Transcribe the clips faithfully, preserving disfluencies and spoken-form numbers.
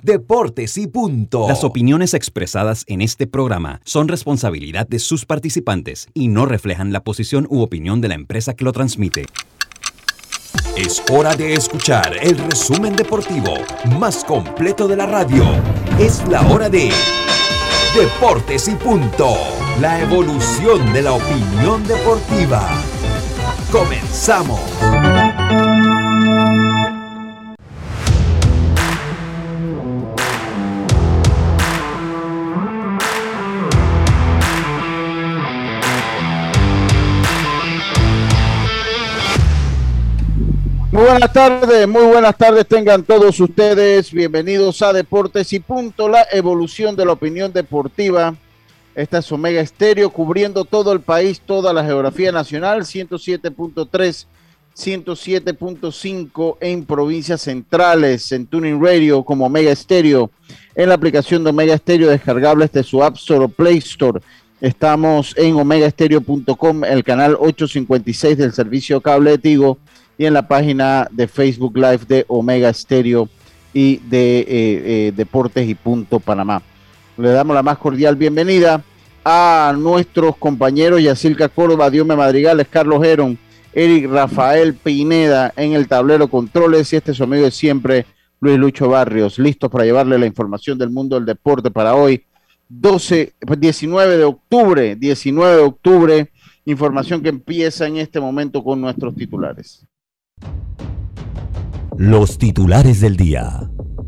Deportes y punto. Las opiniones expresadas en este programa son responsabilidad de sus participantes y no reflejan la posición u opinión de la empresa que lo transmite. Es hora de escuchar el resumen deportivo más completo de la radio. Es la hora de Deportes y punto. La evolución de la opinión deportiva. Comenzamos. Muy buenas tardes, muy buenas tardes tengan todos ustedes, bienvenidos a Deportes y punto, la evolución de la opinión deportiva. Esta es Omega Estéreo, cubriendo todo el país, toda la geografía nacional, ciento siete punto tres, ciento siete punto cinco en provincias centrales, en Tuning Radio como Omega Estéreo, en la aplicación de Omega Estéreo descargable desde su App Store o Play Store. Estamos en omega estéreo punto com, el canal ochocientos cincuenta y seis del servicio cable de Tigo, y en la página de Facebook Live de Omega Estéreo y de eh, eh, Deportes y Punto Panamá. Le damos la más cordial bienvenida a nuestros compañeros Yacilca Córdoba, Diome Madrigales, Carlos Heron, Eric Rafael Pineda en el tablero controles, y este es su amigo de siempre, Luis Lucho Barrios, listos para llevarle la información del mundo del deporte para hoy, doce, diecinueve de octubre, diecinueve de octubre, información que empieza en este momento con nuestros titulares. Los titulares del día.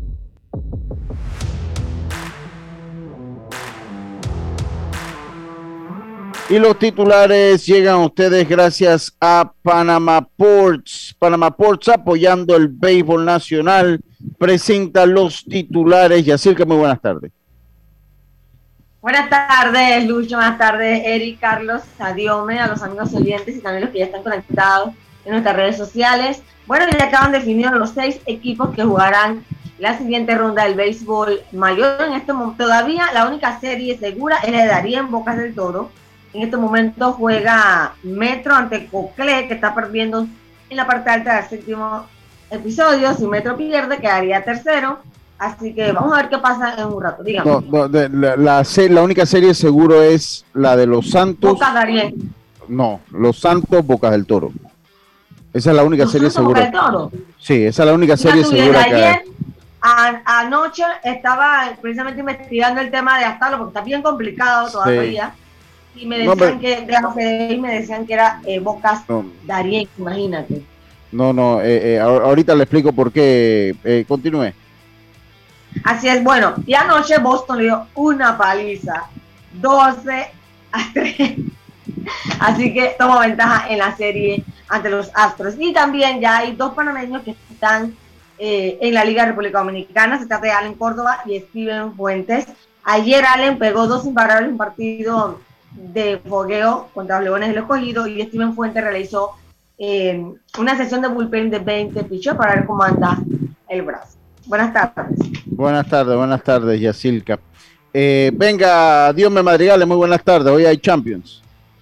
Y los titulares llegan a ustedes gracias a Panama Ports. Panama Ports, apoyando el béisbol nacional, presenta los titulares. Yacirca, muy buenas tardes. Buenas tardes, Lucho. Buenas tardes, Eric, Carlos, a Diome, a los amigos oyentes y también los que ya están conectados en nuestras redes sociales. Bueno, ya acaban definidos los seis equipos que jugarán la siguiente ronda del béisbol mayor. En este momento, todavía la única serie segura es la de Darien Bocas del Toro. En este momento juega Metro ante Coclé, que está perdiendo en la parte alta del séptimo episodio. Si Metro pierde, quedaría tercero. Así que vamos a ver qué pasa en un rato. Dígame. No, no, de, la, la, la única serie seguro es la de los Santos. Bocas Darien. No, los Santos Bocas del Toro. Esa es la única serie segura. Sí, esa es la única serie segura que hay. A, anoche estaba precisamente investigando el tema de Astalo, porque está bien complicado todavía. Sí. Y me decían no, que de la F D I me decían que era eh, Bocas no. Darien, imagínate. No, no, eh, eh, ahorita le explico por qué. Eh, continúe. Así es, bueno, y anoche Boston le dio una paliza, doce a tres. Así que toma ventaja en la serie ante los Astros. Y también ya hay dos panameños que están eh, en la Liga República Dominicana. Se trata de Allen Córdoba y Steven Fuentes. Ayer Allen pegó dos imparables en un partido de fogueo contra los Leones del Escogido, y Steven Fuentes realizó eh, una sesión de bullpen de veinte pichos para ver cómo anda el brazo. Buenas tardes. Buenas tardes, buenas tardes, Yacilca. Eh, venga, Diome Madrigales, muy buenas tardes. Hoy hay Champions.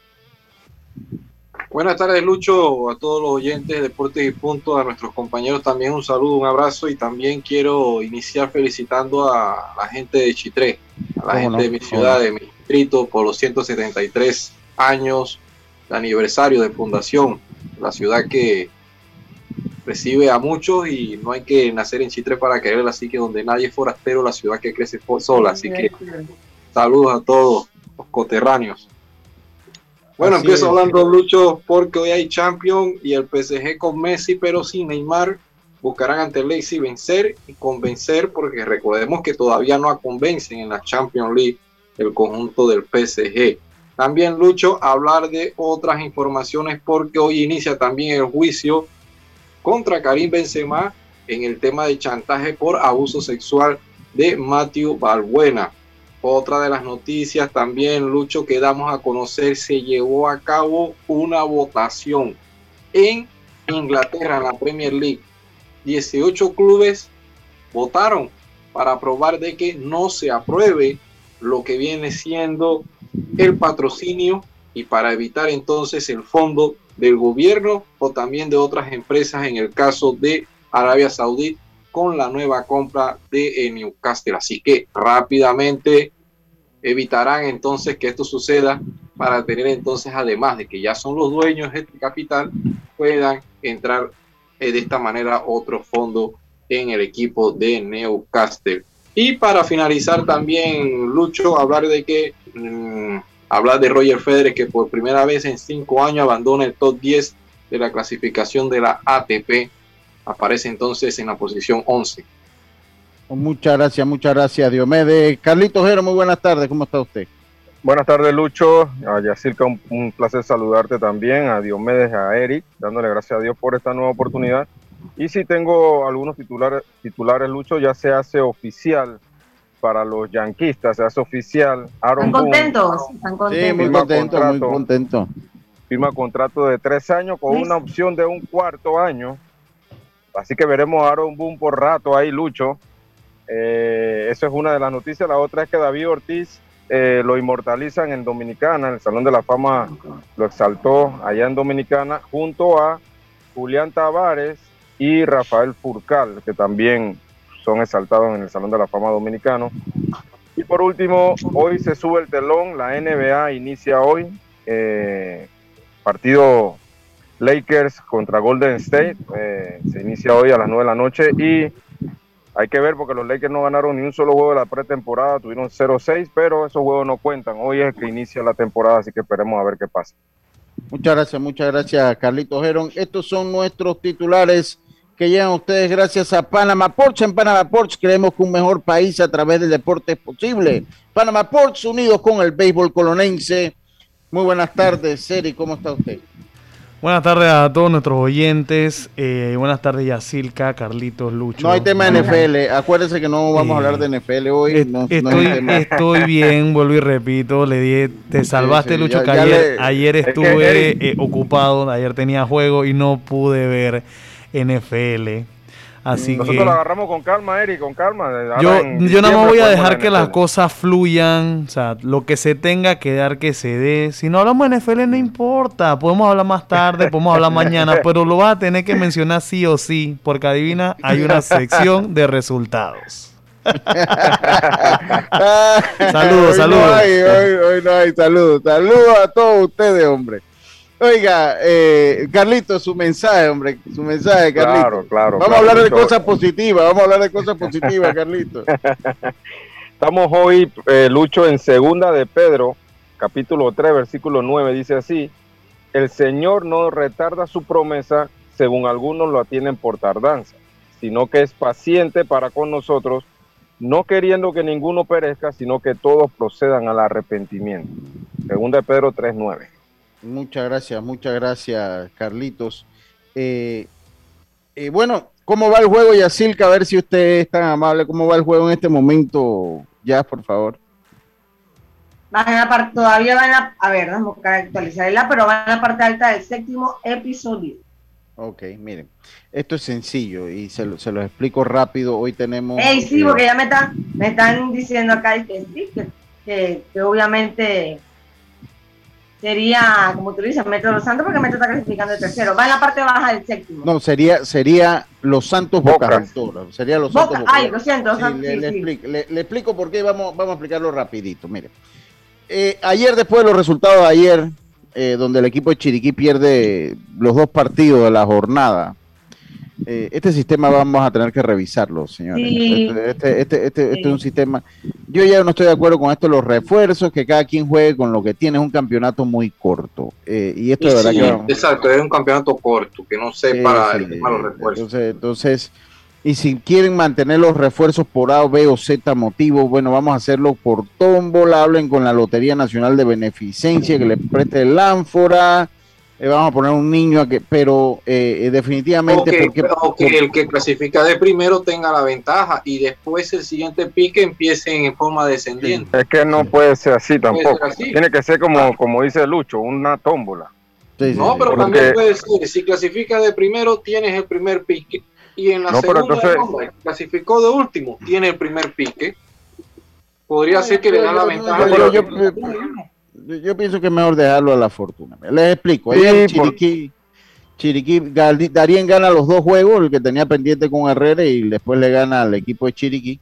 Buenas tardes, Lucho, a todos los oyentes de Deportes y Punto, a nuestros compañeros también un saludo, un abrazo, y también quiero iniciar felicitando a la gente de Chitré, a la gente no? de mi ciudad, de mi distrito, por los ciento setenta y tres años de aniversario de fundación, la ciudad que recibe a muchos y no hay que nacer en Chitré para quererla, así que donde nadie es forastero, la ciudad que crece sola, así que saludos a todos los coterráneos. Bueno, así empiezo es. hablando, Lucho, porque hoy hay Champions y el P S G con Messi, pero sin Neymar, buscarán ante el Leipzig vencer y convencer, porque recordemos que todavía no convencen en la Champions League el conjunto del P S G. También, Lucho, hablar de otras informaciones, porque hoy inicia también el juicio contra Karim Benzema en el tema de chantaje por abuso sexual de Matthew Balbuena. Otra de las noticias también, Lucho, que damos a conocer, se llevó a cabo una votación en Inglaterra, en la Premier League. dieciocho clubes votaron para aprobar de que no se apruebe lo que viene siendo el patrocinio, y para evitar entonces el fondo del gobierno o también de otras empresas, en el caso de Arabia Saudí con la nueva compra de Newcastle. Así que rápidamente evitarán entonces que esto suceda para tener entonces, además de que ya son los dueños de este capital, puedan entrar eh, de esta manera otro fondo en el equipo de Newcastle. Y para finalizar también, Lucho, hablar de que mmm, hablar de Roger Federer, que por primera vez en cinco años abandona el top diez de la clasificación de la A T P. Aparece entonces en la posición once. Muchas gracias, muchas gracias, Diomedes. Carlitos Jero, muy buenas tardes, ¿cómo está usted? Buenas tardes, Lucho. A Yacirca, un, un placer saludarte también, a Diomedes, a Eric, dándole gracias a Dios por esta nueva oportunidad. Y si tengo algunos titulares, titulares, Lucho, ya se hace oficial para los yanquistas, se hace oficial. Aaron ¿Están contentos? ¿Están contentos? Sí, muy contento, muy contento. Firma contrato de tres años con ¿Sí? una opción de un cuarto año. Así que veremos a Aaron Boone por rato ahí, Lucho. Eh, eso es una de las noticias. La otra es que David Ortiz eh, lo inmortalizan en Dominicana, el Salón de la Fama lo exaltó allá en Dominicana, junto a Julián Tavares y Rafael Furcal, que también son exaltados en el Salón de la Fama dominicano. Y por último, hoy se sube el telón, la N B A inicia hoy, eh, partido Lakers contra Golden State, eh, se inicia hoy a las nueve de la noche y hay que ver porque los Lakers no ganaron ni un solo juego de la pretemporada, tuvieron cero seis, pero esos juegos no cuentan, hoy es que inicia la temporada, así que esperemos a ver qué pasa. Muchas gracias, muchas gracias, Carlitos Gerón. Estos son nuestros titulares que llegan a ustedes gracias a Panama Ports. En Panama Ports creemos que un mejor país a través del deporte es posible. Panama Ports, unidos con el béisbol colonense. Muy buenas tardes, Seri, ¿cómo está usted? Buenas tardes a todos nuestros oyentes. Eh, buenas tardes, Yacirca, Carlitos, Lucho. No hay tema de N F L. Acuérdense que no vamos eh, a hablar de N F L hoy. Es, no, estoy, no hay tema. estoy bien, vuelvo y repito. Le di, te salvaste, sí, sí, Lucho, ya, que ya ayer, le, ayer estuve es que, eh, ocupado. Ayer tenía juego y no pude ver N F L. Así Nosotros que, lo agarramos con calma, Eric, con calma. Yo, yo nada más voy a dejar que las cosas fluyan, o sea, lo que se tenga que dar que se dé. Si no hablamos de N F L no importa, podemos hablar más tarde, podemos hablar mañana, pero lo vas a tener que mencionar sí o sí, porque adivina, hay una sección de resultados. Saludos, saludos. No hay, hoy, hoy no hay, saludos, saludos a todos ustedes, hombre. Oiga, eh, Carlito, su mensaje, hombre, su mensaje, Carlito. Claro, claro. Vamos claro, a hablar mucho. de cosas positivas, vamos a hablar de cosas positivas, Carlito. Estamos hoy, eh, Lucho, en Segunda de Pedro, capítulo tres, versículo nueve, dice así: el Señor no retarda su promesa, según algunos lo tienen por tardanza, sino que es paciente para con nosotros, no queriendo que ninguno perezca, sino que todos procedan al arrepentimiento. Segunda de Pedro tres, nueve. Muchas gracias, muchas gracias, Carlitos. Eh, eh, bueno, ¿cómo va el juego, Yacirca? A ver si usted es tan amable. ¿Cómo va el juego en este momento, ya, por favor? Van en la parte, todavía van a, a ver, vamos a actualizarla, pero van en la parte alta del séptimo episodio. Ok, miren, esto es sencillo y se lo, se lo explico rápido. Hoy tenemos... Ey, sí, eh, porque ya me están, me están diciendo acá que sí, que, que, que obviamente... sería, como tú dices, Metro Los Santos, porque Metro está clasificando el tercero. Va en la parte baja del séptimo. No, sería sería Los Santos Boca Juniors. Sería Los Santos Boca. Ay, lo siento. Los sí, Santos, le, sí, le, sí. explico, le, le explico por qué, vamos, vamos a explicarlo rapidito. Mire, eh, ayer, después de los resultados de ayer, eh, donde el equipo de Chiriquí pierde los dos partidos de la jornada, eh, este sistema vamos a tener que revisarlo, señores. Sí. Este, este, este, este, Sí. este es un sistema... Yo ya no estoy de acuerdo con esto, los refuerzos, que cada quien juegue con lo que tiene, es un campeonato muy corto. Eh, y esto Y de verdad sí, que... vamos- exacto, es un campeonato corto, que no sé Sí, para sí, el tema de los refuerzos. Entonces, entonces, y si quieren mantener los refuerzos por A, B o Z motivo, bueno, vamos a hacerlo por tómbola, hablen con la Lotería Nacional de Beneficencia, que le preste el ánfora, eh, vamos a poner un niño a que, pero eh, eh, O definitivamente que, porque, o que el que clasifica de primero tenga la ventaja y después el siguiente pique empiece en forma descendiente. Es que no puede ser así Puede tampoco. ser así. Tiene que ser como, como dice Lucho, una tómbola. sí, sí, No, sí. pero porque- también puede ser, si clasifica de primero, tienes el primer pique. Y en la No, pero segunda entonces- ronda, clasificó de último, tiene el primer pique. Podría No, ser que yo- le da yo- la yo- ventaja. yo- de- yo- yo- Yo, yo pienso que es mejor dejarlo a la fortuna. Les explico. Sí, Ayer por- Chiriquí, Chiriquí, Darien gana los dos juegos, el que tenía pendiente con Herrera y después le gana al equipo de Chiriquí.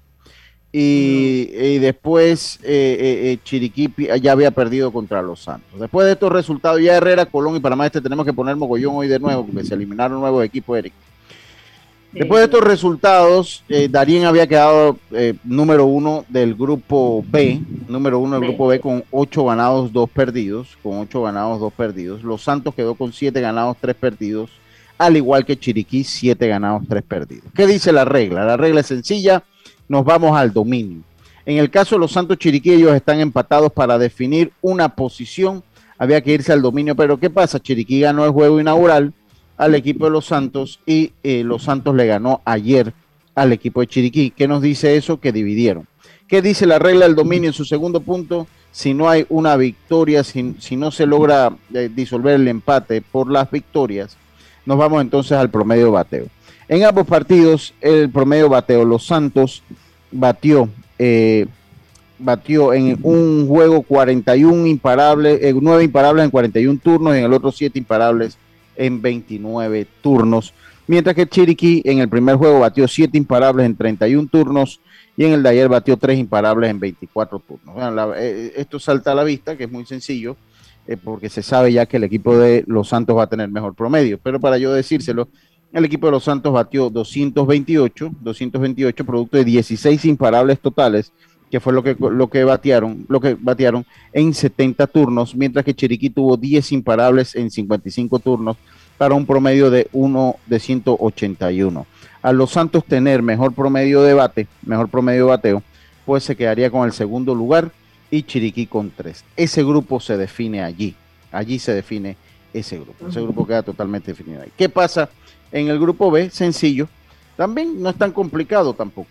Y, y después eh, eh, Chiriquí ya había perdido contra los Santos. Después de estos resultados, ya Herrera, Colón y Panamá Este tenemos que poner mogollón hoy de nuevo porque se eliminaron nuevos equipos, Eric. Después de estos resultados, eh, Darien había quedado eh, número uno del grupo B, número uno del grupo B con ocho ganados, dos perdidos, con ocho ganados, dos perdidos. Los Santos quedó con siete ganados, tres perdidos, al igual que Chiriquí, siete ganados, tres perdidos. ¿Qué dice la regla? La regla es sencilla, nos vamos al dominio. En el caso de los Santos Chiriquí, ellos están empatados para definir una posición, había que irse al dominio, pero ¿qué pasa? Chiriquí ganó el juego inaugural al equipo de los Santos y eh, los Santos le ganó ayer al equipo de Chiriquí. ¿Qué nos dice eso? Que dividieron. ¿Qué dice la regla del dominio en su segundo punto? Si no hay una victoria, si, si no se logra eh, disolver el empate por las victorias, nos vamos entonces al promedio de bateo. En ambos partidos, el promedio de bateo, los Santos batió, eh, batió en un juego cuarenta y uno imparables, eh, nueve imparables en cuarenta y uno turnos y en el otro siete imparables en veintinueve turnos, mientras que Chiriquí en el primer juego batió siete imparables en treinta y uno turnos y en el de ayer batió tres imparables en veinticuatro turnos. Bueno, la, eh, esto salta a la vista, que es muy sencillo, eh, porque se sabe ya que el equipo de los Santos va a tener mejor promedio, pero para yo decírselo, el equipo de los Santos batió doscientos veintiocho, doscientos veintiocho producto de dieciséis imparables totales, que fue lo que, lo que batearon, lo que batearon en setenta turnos, mientras que Chiriquí tuvo diez imparables en cincuenta y cinco turnos para un promedio de uno de ciento ochenta y uno. A los Santos tener mejor promedio de bate, mejor promedio de bateo, pues se quedaría con el segundo lugar y Chiriquí con tres. Ese grupo se define allí, allí se define ese grupo, ese grupo queda totalmente definido ahí. ¿Qué pasa en el grupo B? Sencillo, también no es tan complicado tampoco.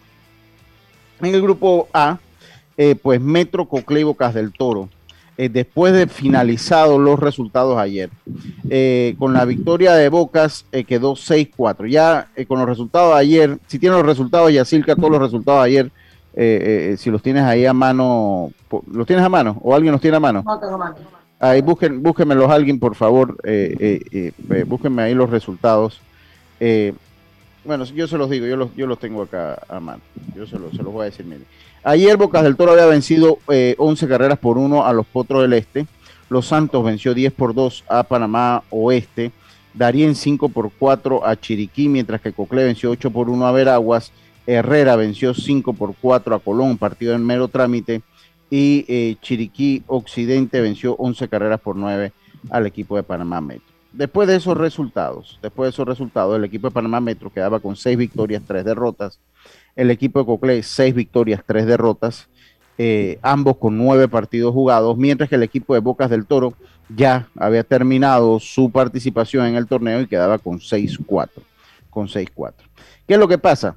En el grupo A, Eh, pues Metro, Coclé y Bocas del Toro, eh, después de finalizados los resultados ayer, eh, con la victoria de Bocas eh, quedó seis cuatro, ya eh, con los resultados de ayer, si tienes los resultados, Yacirca, todos los resultados de ayer, eh, eh, si los tienes ahí a mano, ¿los tienes a mano? ¿O alguien los tiene a mano? No tengo mano. Ahí busquen, búsquenmelos alguien, por favor, eh, eh, eh, eh, búsquenme ahí los resultados. Eh, bueno, yo se los digo, yo los, yo los tengo acá a mano, yo se los, se los voy a decir, miren. Ayer Bocas del Toro había vencido eh, once carreras por uno a los Potros del Este. Los Santos venció diez por dos a Panamá Oeste. Darien cinco por cuatro a Chiriquí, mientras que Coclé venció ocho por uno a Veraguas. Herrera venció cinco por cuatro a Colón, partido en mero trámite. Y eh, Chiriquí Occidente venció once carreras por nueve al equipo de Panamá Metro. Después de esos resultados, después de esos resultados, el equipo de Panamá Metro quedaba con seis victorias, tres derrotas. El equipo de Coclé, seis victorias, tres derrotas, eh, ambos con nueve partidos jugados, mientras que el equipo de Bocas del Toro ya había terminado su participación en el torneo y quedaba con seis cuatro, con seis cuatro. ¿Qué es lo que pasa?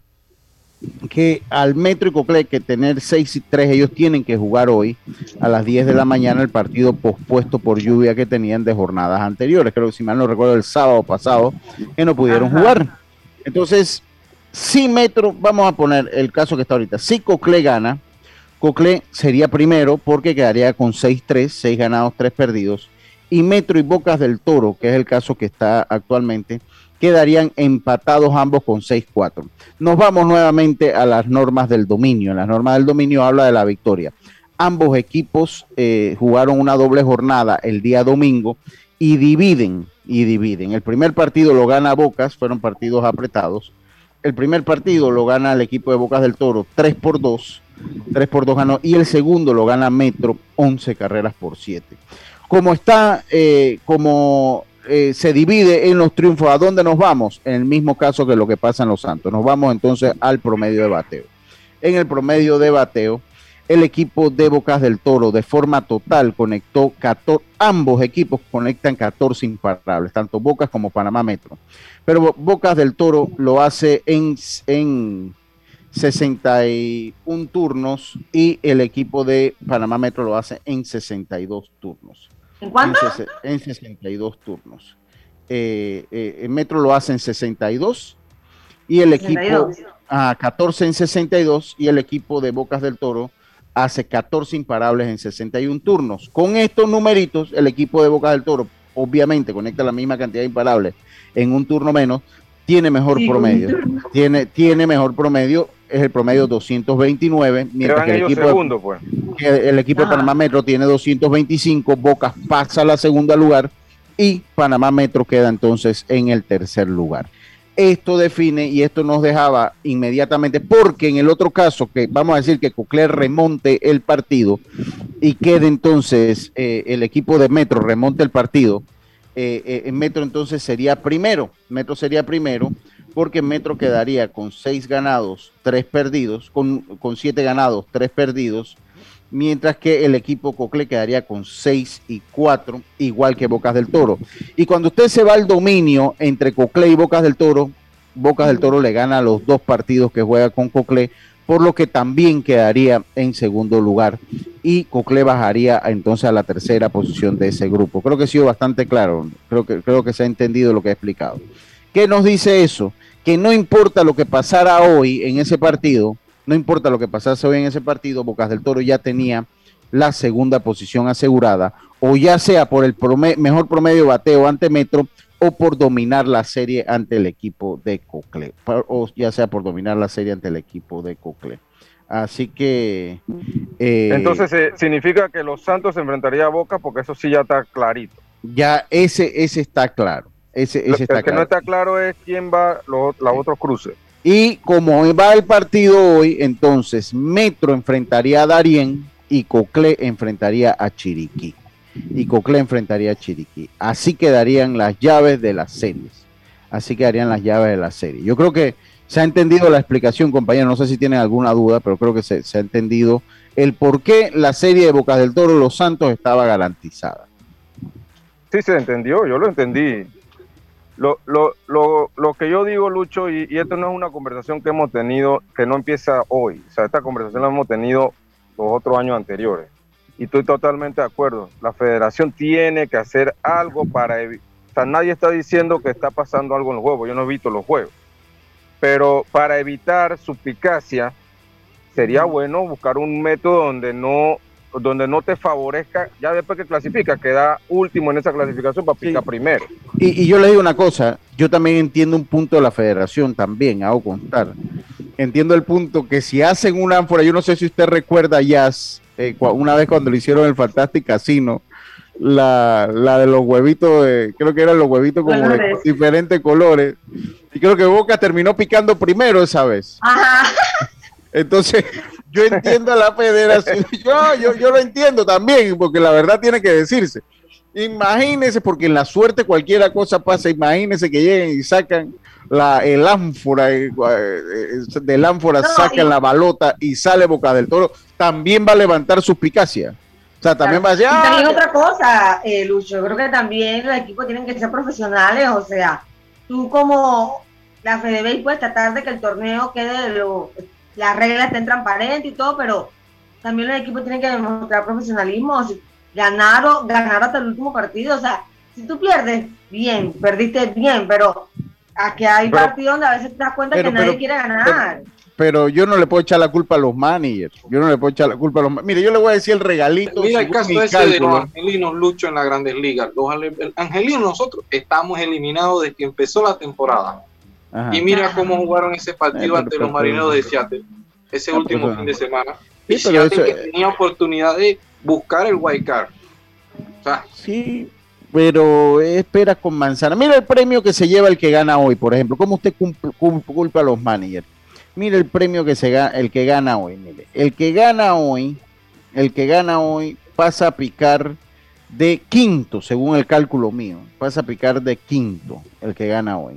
Que al Metro y Coclé que tener seis y tres, ellos tienen que jugar hoy a las diez de la mañana el partido pospuesto por lluvia que tenían de jornadas anteriores. Creo que si mal no recuerdo el sábado pasado que no pudieron Ajá. jugar. Entonces, si Metro, vamos a poner el caso que está ahorita, si Coclé gana, Coclé sería primero porque quedaría con seis tres, seis ganados, tres perdidos, y Metro y Bocas del Toro, que es el caso que está actualmente, quedarían empatados ambos con seis cuatro. Nos vamos nuevamente a las normas del dominio. En las normas del dominio habla de la victoria. Ambos equipos eh, jugaron una doble jornada el día domingo y dividen, y dividen. El primer partido lo gana Bocas, fueron partidos apretados. El primer partido lo gana el equipo de Bocas del Toro tres por dos, tres por dos ganó, y el segundo lo gana Metro once carreras por siete. Como está, eh, como eh, se divide en los triunfos, ¿a dónde nos vamos? En el mismo caso que lo que pasa en los Santos. Nos vamos entonces al promedio de bateo. En el promedio de bateo, el equipo de Bocas del Toro de forma total conectó catorce, ambos equipos conectan catorce imparables, tanto Bocas como Panamá Metro. Pero Bocas del Toro lo hace en, en sesenta y uno turnos y el equipo de Panamá Metro lo hace en sesenta y dos turnos. ¿En cuánto? En, en sesenta y dos turnos. Eh, eh, el Metro lo hace en sesenta y dos y el equipo a ah, catorce en sesenta y dos y el equipo de Bocas del Toro hace catorce imparables en sesenta y uno turnos. Con estos numeritos, el equipo de Bocas del Toro obviamente conecta la misma cantidad de imparables en un turno menos, tiene mejor sí, promedio. Tiene, tiene mejor promedio, es el promedio doscientos veintinueve, mientras que el equipo, segundo, pues. que el equipo de Panamá Metro tiene doscientos veinticinco, Boca pasa a la segunda lugar y Panamá Metro queda entonces en el tercer lugar. Esto define y esto nos dejaba inmediatamente, porque en el otro caso, que vamos a decir que Coclé remonte el partido y quede entonces eh, el equipo de Metro remonte el partido, eh, eh, Metro entonces sería primero, Metro sería primero, porque Metro quedaría con seis ganados, tres perdidos, con, con siete ganados, tres perdidos, mientras que el equipo Coclé quedaría con seis y cuatro, igual que Bocas del Toro. Y cuando usted se va al dominio entre Coclé y Bocas del Toro, Bocas del Toro le gana los dos partidos que juega con Coclé, por lo que también quedaría en segundo lugar y Coclé bajaría entonces a la tercera posición de ese grupo. Creo que ha sido bastante claro, creo que, creo que se ha entendido lo que he explicado. ¿Qué nos dice eso? Que no importa lo que pasara hoy en ese partido, no importa lo que pasase hoy en ese partido, Bocas del Toro ya tenía la segunda posición asegurada, o ya sea por el promedio, mejor promedio bateo ante Metro, o por dominar la serie ante el equipo de Coclé, o ya sea por dominar la serie ante el equipo de Coclé. Así que... Eh, Entonces eh, significa que los Santos se enfrentaría a Boca, porque eso sí ya está clarito. Ya ese, ese está claro. Ese, ese lo, está el que claro. no está claro es quién va los la otros cruces. Y como va el partido hoy, entonces Metro enfrentaría a Darién y Coclé enfrentaría a Chiriquí. Y Coclé enfrentaría a Chiriquí. Así quedarían las llaves de las series. Así quedarían las llaves de la serie. Yo creo que se ha entendido la explicación, compañero. No sé si tienen alguna duda, pero creo que se, se ha entendido el por qué la serie de Bocas del Toro Los Santos estaba garantizada. Sí, se entendió, yo lo entendí. Lo, lo, lo, lo que yo digo, Lucho, y, y esto no es una conversación que hemos tenido, que no empieza hoy, o sea, esta conversación la hemos tenido los otros años anteriores, y estoy totalmente de acuerdo, la federación tiene que hacer algo para evitar, o sea, nadie está diciendo que está pasando algo en los juegos, yo no he visto los juegos, pero para evitar suspicacia, sería bueno buscar un método donde no... donde no te favorezca, ya después que clasifica, queda último en esa clasificación para picar sí. primero. Y, y yo le digo una cosa, yo también entiendo un punto de la federación también, hago constar. Entiendo el punto que si hacen una ánfora, yo no sé si usted recuerda, Jazz, eh, una vez cuando le hicieron el Fantastic Casino, la, la de los huevitos, de, creo que eran los huevitos como de diferentes colores, y creo que Boca terminó picando primero esa vez. Ajá. Entonces, yo entiendo a la federación, yo, yo, yo lo entiendo también, porque la verdad tiene que decirse. Imagínense, porque en la suerte cualquiera cosa pasa, imagínense que lleguen y sacan la, el ánfora, eh, del ánfora no, sacan y... la balota y sale Boca del Toro, también va a levantar suspicacia. O sea, también claro. va a decir... Y también ¡ah! otra cosa, eh, Lucho, yo creo que también los equipos tienen que ser profesionales, o sea, tú como la FedeBase puedes tratar de que el torneo quede lo... las reglas estén transparentes y todo, pero también los equipos tienen que demostrar profesionalismo, si ganar o ganar hasta el último partido, o sea, si tú pierdes, bien, perdiste bien, pero aquí hay pero, partidos donde a veces te das cuenta pero, que nadie pero, quiere ganar. Pero, pero yo no le puedo echar la culpa a los managers, yo no le puedo echar la culpa a los managers. Mire, yo le voy a decir el regalito. Mira el caso ese cálculo. de los angelinos, Lucho, en las Grandes Ligas. Los angelinos nosotros estamos eliminados desde que empezó la temporada. Ajá. Y mira cómo jugaron ese partido eh, ante los Marineros de Seattle, ese ah, último pues, fin de semana. Y sí, Seattle eso, que tenía oportunidad de buscar el wild card. O sea, sí, pero espera con manzana. Mira el premio que se lleva el que gana hoy, por ejemplo. ¿Cómo usted culpa a los managers? Mira el premio que se gana, el que gana hoy. Mire, el que gana hoy, el que gana hoy pasa a picar de quinto, según el cálculo mío. Pasa a picar de quinto, el que gana hoy.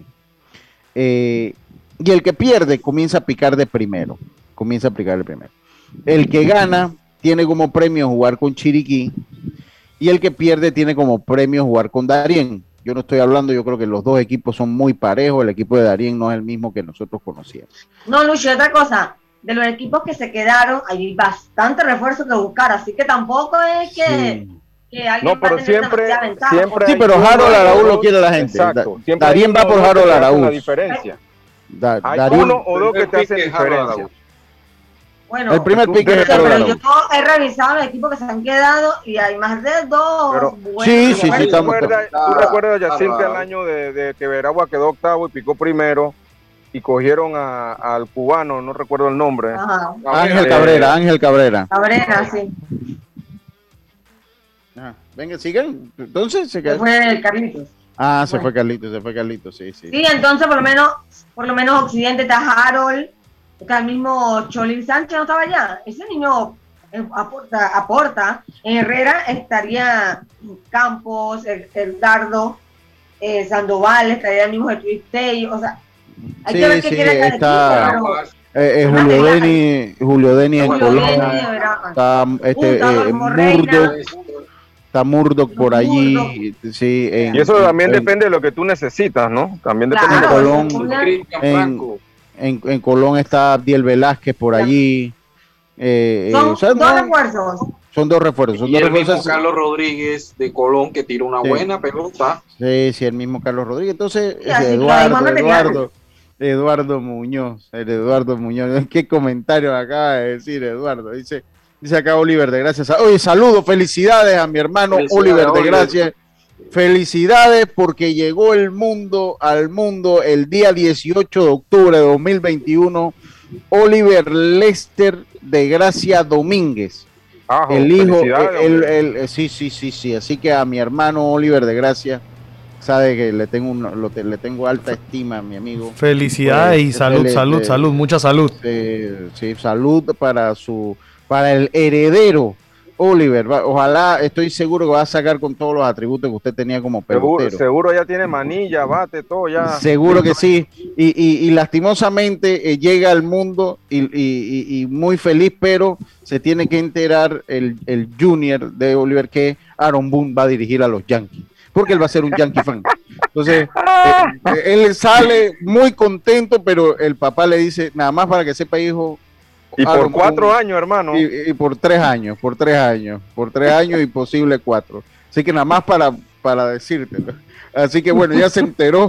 Eh, y el que pierde comienza a picar de primero, comienza a picar de primero. El que gana tiene como premio jugar con Chiriquí y el que pierde tiene como premio jugar con Darién. Yo no estoy hablando, yo creo que los dos equipos son muy parejos, el equipo de Darién no es el mismo que nosotros conocíamos. No, Lucho, otra cosa, de los equipos que se quedaron, hay bastante refuerzo que buscar, así que tampoco es que... Sí. No, pero siempre, siempre sí, pero Harold Araújo lo quiere la gente. Exacto. Darien va por Harold Araújo. Diferencia. Da, Hay Darien, uno o dos que te hacen diferencia. Bueno, el primer pick es pero, pero yo he revisado los equipos que se han quedado y hay más de dos. Pero, buenos sí, sí, sí, ¿Tú recuerdas, Ah, ¿tú recuerdas ah, Yacirte, ah, el año de, de que Veragua quedó octavo y picó primero y cogieron a, al cubano, no recuerdo el nombre? Ajá. Ángel Eh, Cabrera, Ángel Cabrera. Cabrera, sí. Ah, venga, sigan. Entonces se Se quedó. fue el Carlitos. Ah, se Bueno. fue Carlitos, se fue Carlitos, sí, sí. Sí, entonces por lo menos, por lo menos Occidente está Harold, está el mismo Cholín Sánchez, no estaba allá. Ese niño eh, aporta, aporta. En Herrera estaría Campos, el, el Dardo, eh, Sandoval, estaría el mismo de Twistey, o sea, hay Sí, que ver qué sí, quiere cada está- equipo, pero Eh, eh, Una Julio pegada. Deni, Julio Deni en Julio Colón. Deni, de verdad. Está este, Uh, Carlos eh, Morreina. Murdoch, está Murdoch por allí. Murdoch. Sí, en- Y eso también en- depende de lo que tú necesitas, ¿no? También depende Claro, de lo Colón, eso es una- Cristian en- Franco. En, en Colón está Abdiel Velázquez por allí. Eh, eh, Son o sea, dos no, refuerzos. son dos refuerzos. Son Y dos el mismo refuerzos. Carlos Rodríguez de Colón que tiró una Sí. buena pelota. Sí, sí, el mismo Carlos Rodríguez. Entonces, Sí, así que Eduardo, lo mismo material. Eduardo, Eduardo Muñoz, el Eduardo Muñoz. ¿Qué comentario acaba de decir Eduardo? Dice, dice acá Oliver de Gracias. Oye, saludos, felicidades a mi hermano Felicidades, Oliver de Oliver. Gracias. Felicidades porque llegó el mundo al mundo el día dieciocho de octubre de dos mil veintiuno. Oliver Lester de Gracia Domínguez. Ajo, El hijo, felicidades, el, hombre. el- el- sí, sí, sí, sí. Así que a mi hermano Oliver de Gracia, sabe que le tengo un- lo te- le tengo alta estima, mi amigo. Felicidades y Pues, salud, le- salud, le- salud, mucha salud. Eh, sí, salud para su, para el heredero Oliver. Va- Ojalá, estoy seguro que va a sacar con todos los atributos que usted tenía como Seguro, pelotero. seguro ya tiene manilla, bate, todo ya. Seguro que sí. Y, y- y lastimosamente eh, llega al mundo y, y- y- y muy feliz, pero se tiene que enterar el, el junior de Oliver que Aaron Boone va a dirigir a los Yankees. Porque él va a ser un Yankee fan. Entonces, eh, él sale muy contento, pero el papá le dice, nada más para que sepa, hijo. Y por Aaron cuatro Boone, años, hermano. y, y por tres años, por tres años, por tres años y posible cuatro. Así que nada más para, para decírtelo. Así que bueno, ya se enteró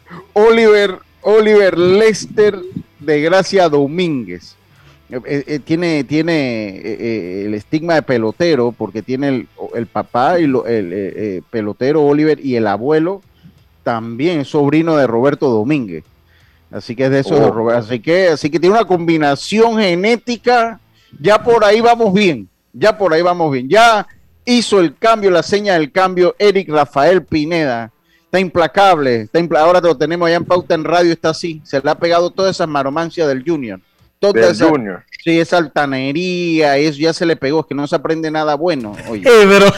Oliver, Oliver Lester de Gracia Domínguez. Eh, eh, eh, tiene tiene eh, eh, el estigma de pelotero porque tiene el, el papá y lo, el eh, eh, pelotero Oliver y el abuelo también es sobrino de Roberto Domínguez. Así que es de eso, de Oh. Robert- así que así que tiene una combinación genética. Ya por ahí vamos bien, ya por ahí vamos bien. Ya hizo el cambio, la seña del cambio, Eric Rafael Pineda. Está implacable, está impla- ahora lo tenemos allá en Pauta en Radio, está así. Se le ha pegado todas esas maromancias del Junior. Toda Del esa, Junior. sí, esa altanería, eso ya se le pegó, es que no se aprende nada bueno. Oye, Eh, pero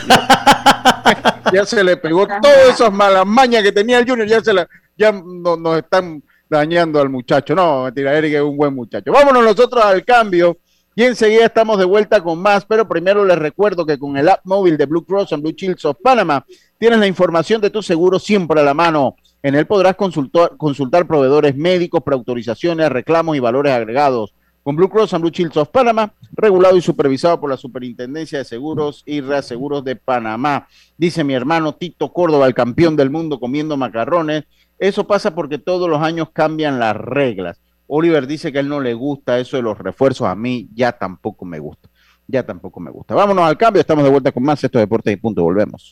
ya se le pegó todas esas malas mañas que tenía el Junior, ya se la, ya no- nos están dañando al muchacho. No, mentira, Eric es un buen muchacho. Vámonos nosotros al cambio y enseguida estamos de vuelta con más, pero primero les recuerdo que con el app móvil de Blue Cross and Blue Shields of Panama tienes la información de tu seguro siempre a la mano. En él podrás consultar, consultar proveedores médicos, preautorizaciones, reclamos y valores agregados. Con Blue Cross and Blue Shields of Panama, regulado y supervisado por la Superintendencia de Seguros y Reaseguros de Panamá. Dice mi hermano Tito Córdoba, el campeón del mundo comiendo macarrones. Eso pasa porque todos los años cambian las reglas. Oliver dice que a él no le gusta eso de los refuerzos. A mí ya tampoco me gusta. Ya tampoco me gusta. Vámonos al cambio. Estamos de vuelta con más. Esto es Deportes y Punto. Volvemos.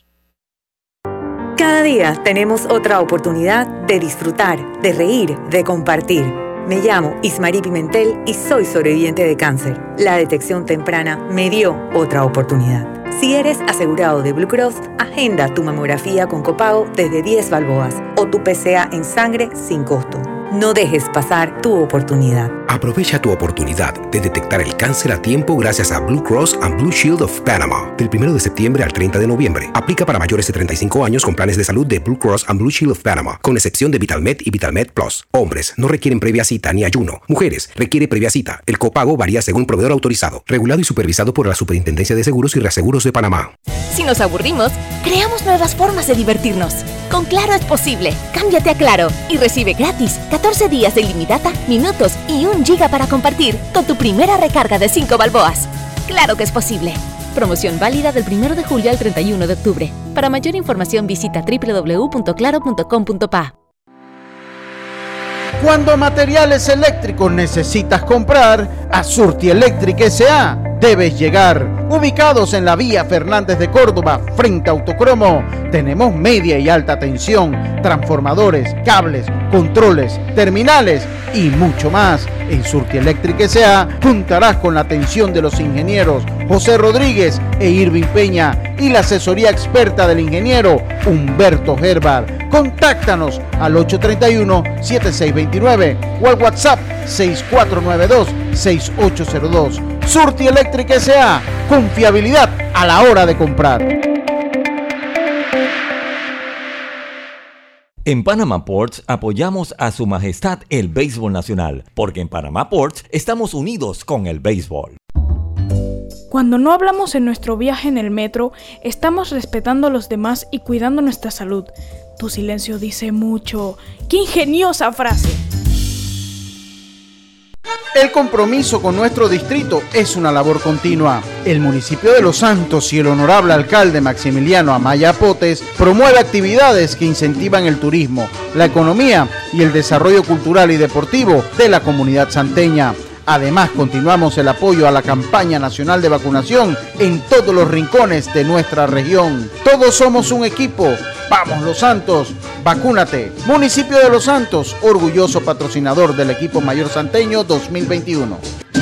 Cada día tenemos otra oportunidad de disfrutar, de reír, de compartir. Me llamo Ismarí Pimentel y soy sobreviviente de cáncer. La detección temprana me dio otra oportunidad. Si eres asegurado de Blue Cross, agenda tu mamografía con copago desde diez balboas o tu P C A en sangre sin costo. No dejes pasar tu oportunidad. Aprovecha tu oportunidad de detectar el cáncer a tiempo gracias a Blue Cross and Blue Shield of Panama. Del primero de septiembre al treinta de noviembre. Aplica para mayores de treinta y cinco años con planes de salud de Blue Cross and Blue Shield of Panama, con excepción de VitalMed y VitalMed Plus. Hombres no requieren previa cita ni ayuno. Mujeres requiere previa cita. El copago varía según proveedor autorizado. Regulado y supervisado por la Superintendencia de Seguros y Reaseguros de Panamá. Si nos aburrimos, creamos nuevas formas de divertirnos. Con Claro es posible. Cámbiate a Claro y recibe gratis catorce días de ilimitada, minutos y un giga para compartir con tu primera recarga de cinco balboas. Claro que es posible. Promoción válida del primero de julio al treinta y uno de octubre. Para mayor información visita doble u doble u doble u punto claro punto com punto pa. Cuando materiales eléctricos necesitas comprar, a Surti Electric S A debes llegar. Ubicados en la vía Fernández de Córdoba, frente a Autocromo, tenemos media y alta tensión, transformadores, cables, controles, terminales y mucho más. En Surti Electric S A contarás con la atención de los ingenieros José Rodríguez e Irving Peña y la asesoría experta del ingeniero Humberto Herbar. Contáctanos al ocho tres uno, siete seis dos nueve o al WhatsApp seis cuatro nueve dos, seis ocho cero dos. Surti Electric S A, confiabilidad a la hora de comprar. En Panama Ports apoyamos a Su Majestad el Béisbol Nacional, porque en Panama Ports estamos unidos con el béisbol. Cuando no hablamos en nuestro viaje en el metro, estamos respetando a los demás y cuidando nuestra salud. Tu silencio dice mucho. ¡Qué ingeniosa frase! El compromiso con nuestro distrito es una labor continua. El municipio de Los Santos y el honorable alcalde Maximiliano Amaya Potes promueve actividades que incentivan el turismo, la economía y el desarrollo cultural y deportivo de la comunidad santeña. Además, continuamos el apoyo a la campaña nacional de vacunación en todos los rincones de nuestra región. Todos somos un equipo. ¡Vamos Los Santos! ¡Vacúnate! Municipio de Los Santos, orgulloso patrocinador del equipo mayor santeño dos mil veintiuno.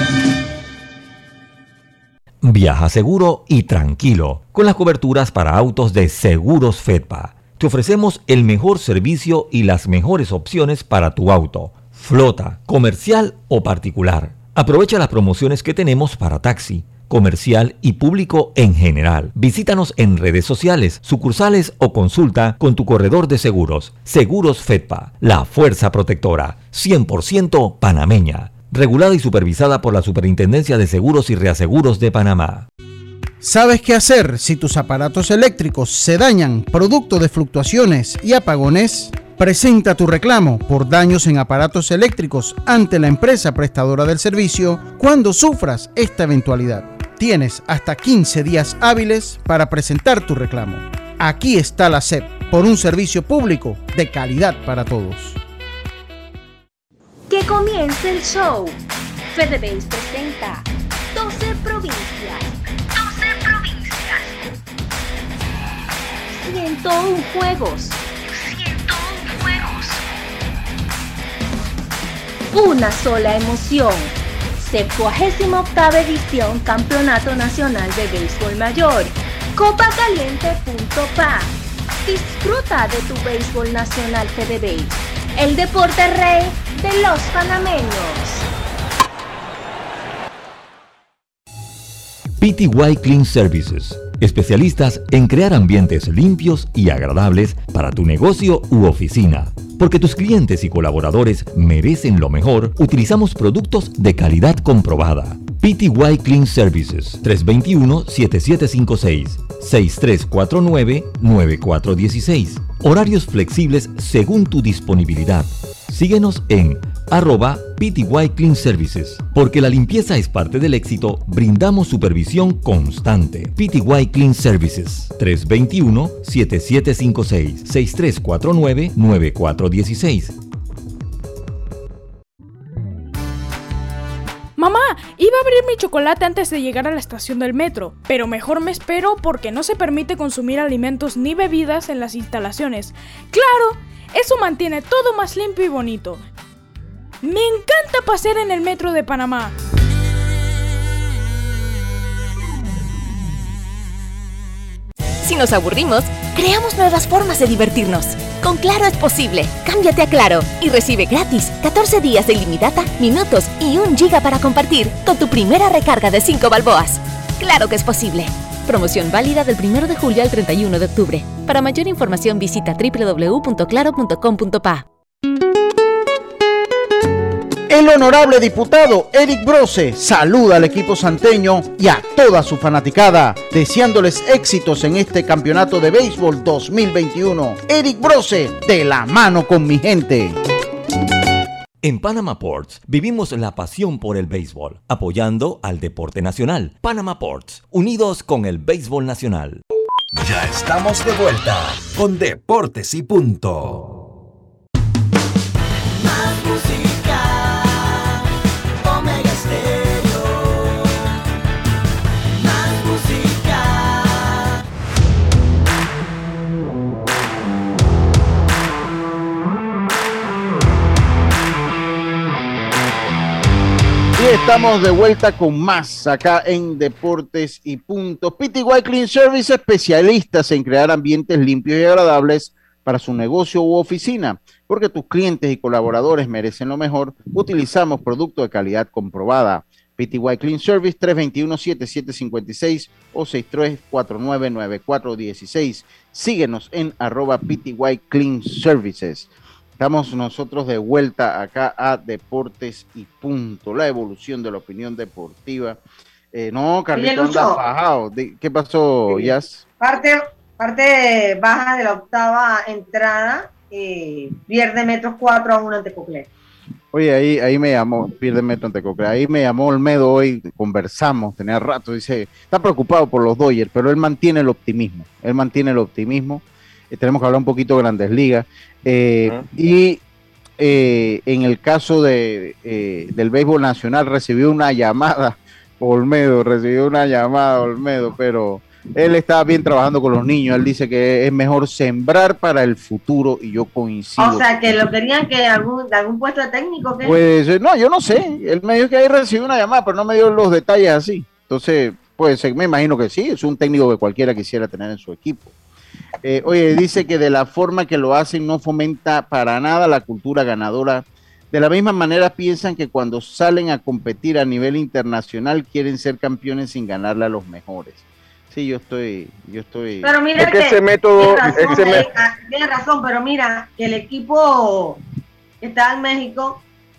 Viaja seguro y tranquilo con las coberturas para autos de Seguros Fedpa. Te ofrecemos el mejor servicio y las mejores opciones para tu auto, flota, comercial o particular. Aprovecha las promociones que tenemos para taxi, comercial y público en general. Visítanos en redes sociales, sucursales o consulta con tu corredor de seguros. Seguros Fedpa, la fuerza protectora, cien por ciento panameña. Regulada y supervisada por la Superintendencia de Seguros y Reaseguros de Panamá. ¿Sabes qué hacer si tus aparatos eléctricos se dañan producto de fluctuaciones y apagones? Presenta tu reclamo por daños en aparatos eléctricos ante la empresa prestadora del servicio cuando sufras esta eventualidad. Tienes hasta quince días hábiles para presentar tu reclamo. Aquí está la S E P, por un servicio público de calidad para todos. Que comience el show. FedeBase presenta doce provincias. doce provincias. ciento uno juegos. ciento uno juegos. Una sola emoción. septuagésima octava edición Campeonato Nacional de Béisbol Mayor. Copa Caliente punto P A. Disfruta de tu béisbol nacional FedeBase, el deporte rey de los panameños. P T Y Clean Services, especialistas en crear ambientes limpios y agradables para tu negocio u oficina. Porque tus clientes y colaboradores merecen lo mejor, utilizamos productos de calidad comprobada. P T Y Clean Services, tres dos uno, siete siete cinco seis, seis tres cuatro nueve, nueve cuatro uno seis. Horarios flexibles según tu disponibilidad. Síguenos en arroba P T Y Clean Services. Porque la limpieza es parte del éxito, brindamos supervisión constante. P T Y Clean Services, tres dos uno, siete siete cinco seis, seis tres cuatro nueve, nueve cuatro uno seis. Mamá, iba a abrir mi chocolate antes de llegar a la estación del metro, pero mejor me espero porque no se permite consumir alimentos ni bebidas en las instalaciones. ¡Claro! Eso mantiene todo más limpio y bonito. Me encanta pasear en el metro de Panamá. Si nos aburrimos, creamos nuevas formas de divertirnos. Con Claro es posible. Cámbiate a Claro y recibe gratis catorce días de ilimitada, minutos y un giga para compartir con tu primera recarga de cinco balboas. Claro que es posible. Promoción válida del primero de julio al treinta y uno de octubre. Para mayor información visita doble u doble u doble u punto claro punto com punto pa. El honorable diputado Eric Brose saluda al equipo santeño y a toda su fanaticada, deseándoles éxitos en este campeonato de béisbol dos mil veintiuno. Eric Brose, de la mano con mi gente. En Panama Ports vivimos la pasión por el béisbol, apoyando al deporte nacional. Panama Ports, unidos con el béisbol nacional. Ya estamos de vuelta con Deportes y Punto. Más música. estamos de vuelta con más acá en Deportes y Punto. P T Y Clean Service, especialistas en crear ambientes limpios y agradables para su negocio u oficina. Porque tus clientes y colaboradores merecen lo mejor, utilizamos productos de calidad comprobada. P T Y Clean Service, tres dos uno, siete siete cinco seis o seis tres cuatro nueve, nueve cuatro uno seis. Síguenos en arroba P T Y Clean Services. Estamos nosotros de vuelta acá a Deportes y Punto, la evolución de la opinión deportiva. Eh, no, Carlito anda fajado. ¿Qué pasó, sí. Jazz? Parte, parte baja de la octava entrada, eh, pierde metros cuatro a uno ante Coclé. Oye, ahí, ahí me llamó, pierde metro ante Coclé. Ahí me llamó Olmedo hoy, conversamos, tenía rato, dice, está preocupado por los Dodgers, pero él mantiene el optimismo. Él mantiene el optimismo. Eh, tenemos que hablar un poquito de Grandes Ligas. Eh, uh-huh. Y eh, en el caso de, eh, del béisbol nacional recibió una llamada, Olmedo, recibió una llamada, Olmedo, pero él estaba bien trabajando con los niños. Él dice que es mejor sembrar para el futuro y yo coincido. O sea, que lo querían que algún, de algún puesto de técnico. ¿Qué? Pues no, yo no sé. Él me dijo que ahí recibió una llamada, pero no me dio los detalles así. Entonces, pues me imagino que sí, es un técnico que cualquiera quisiera tener en su equipo. Eh, oye, dice que de la forma que lo hacen no fomenta para nada la cultura ganadora. De la misma manera piensan que cuando salen a competir a nivel internacional quieren ser campeones sin ganarle a los mejores. Sí, yo estoy, yo estoy. Pero mira es que, que ese método, tiene razón, ese eh, tiene razón, pero mira que el equipo que está en México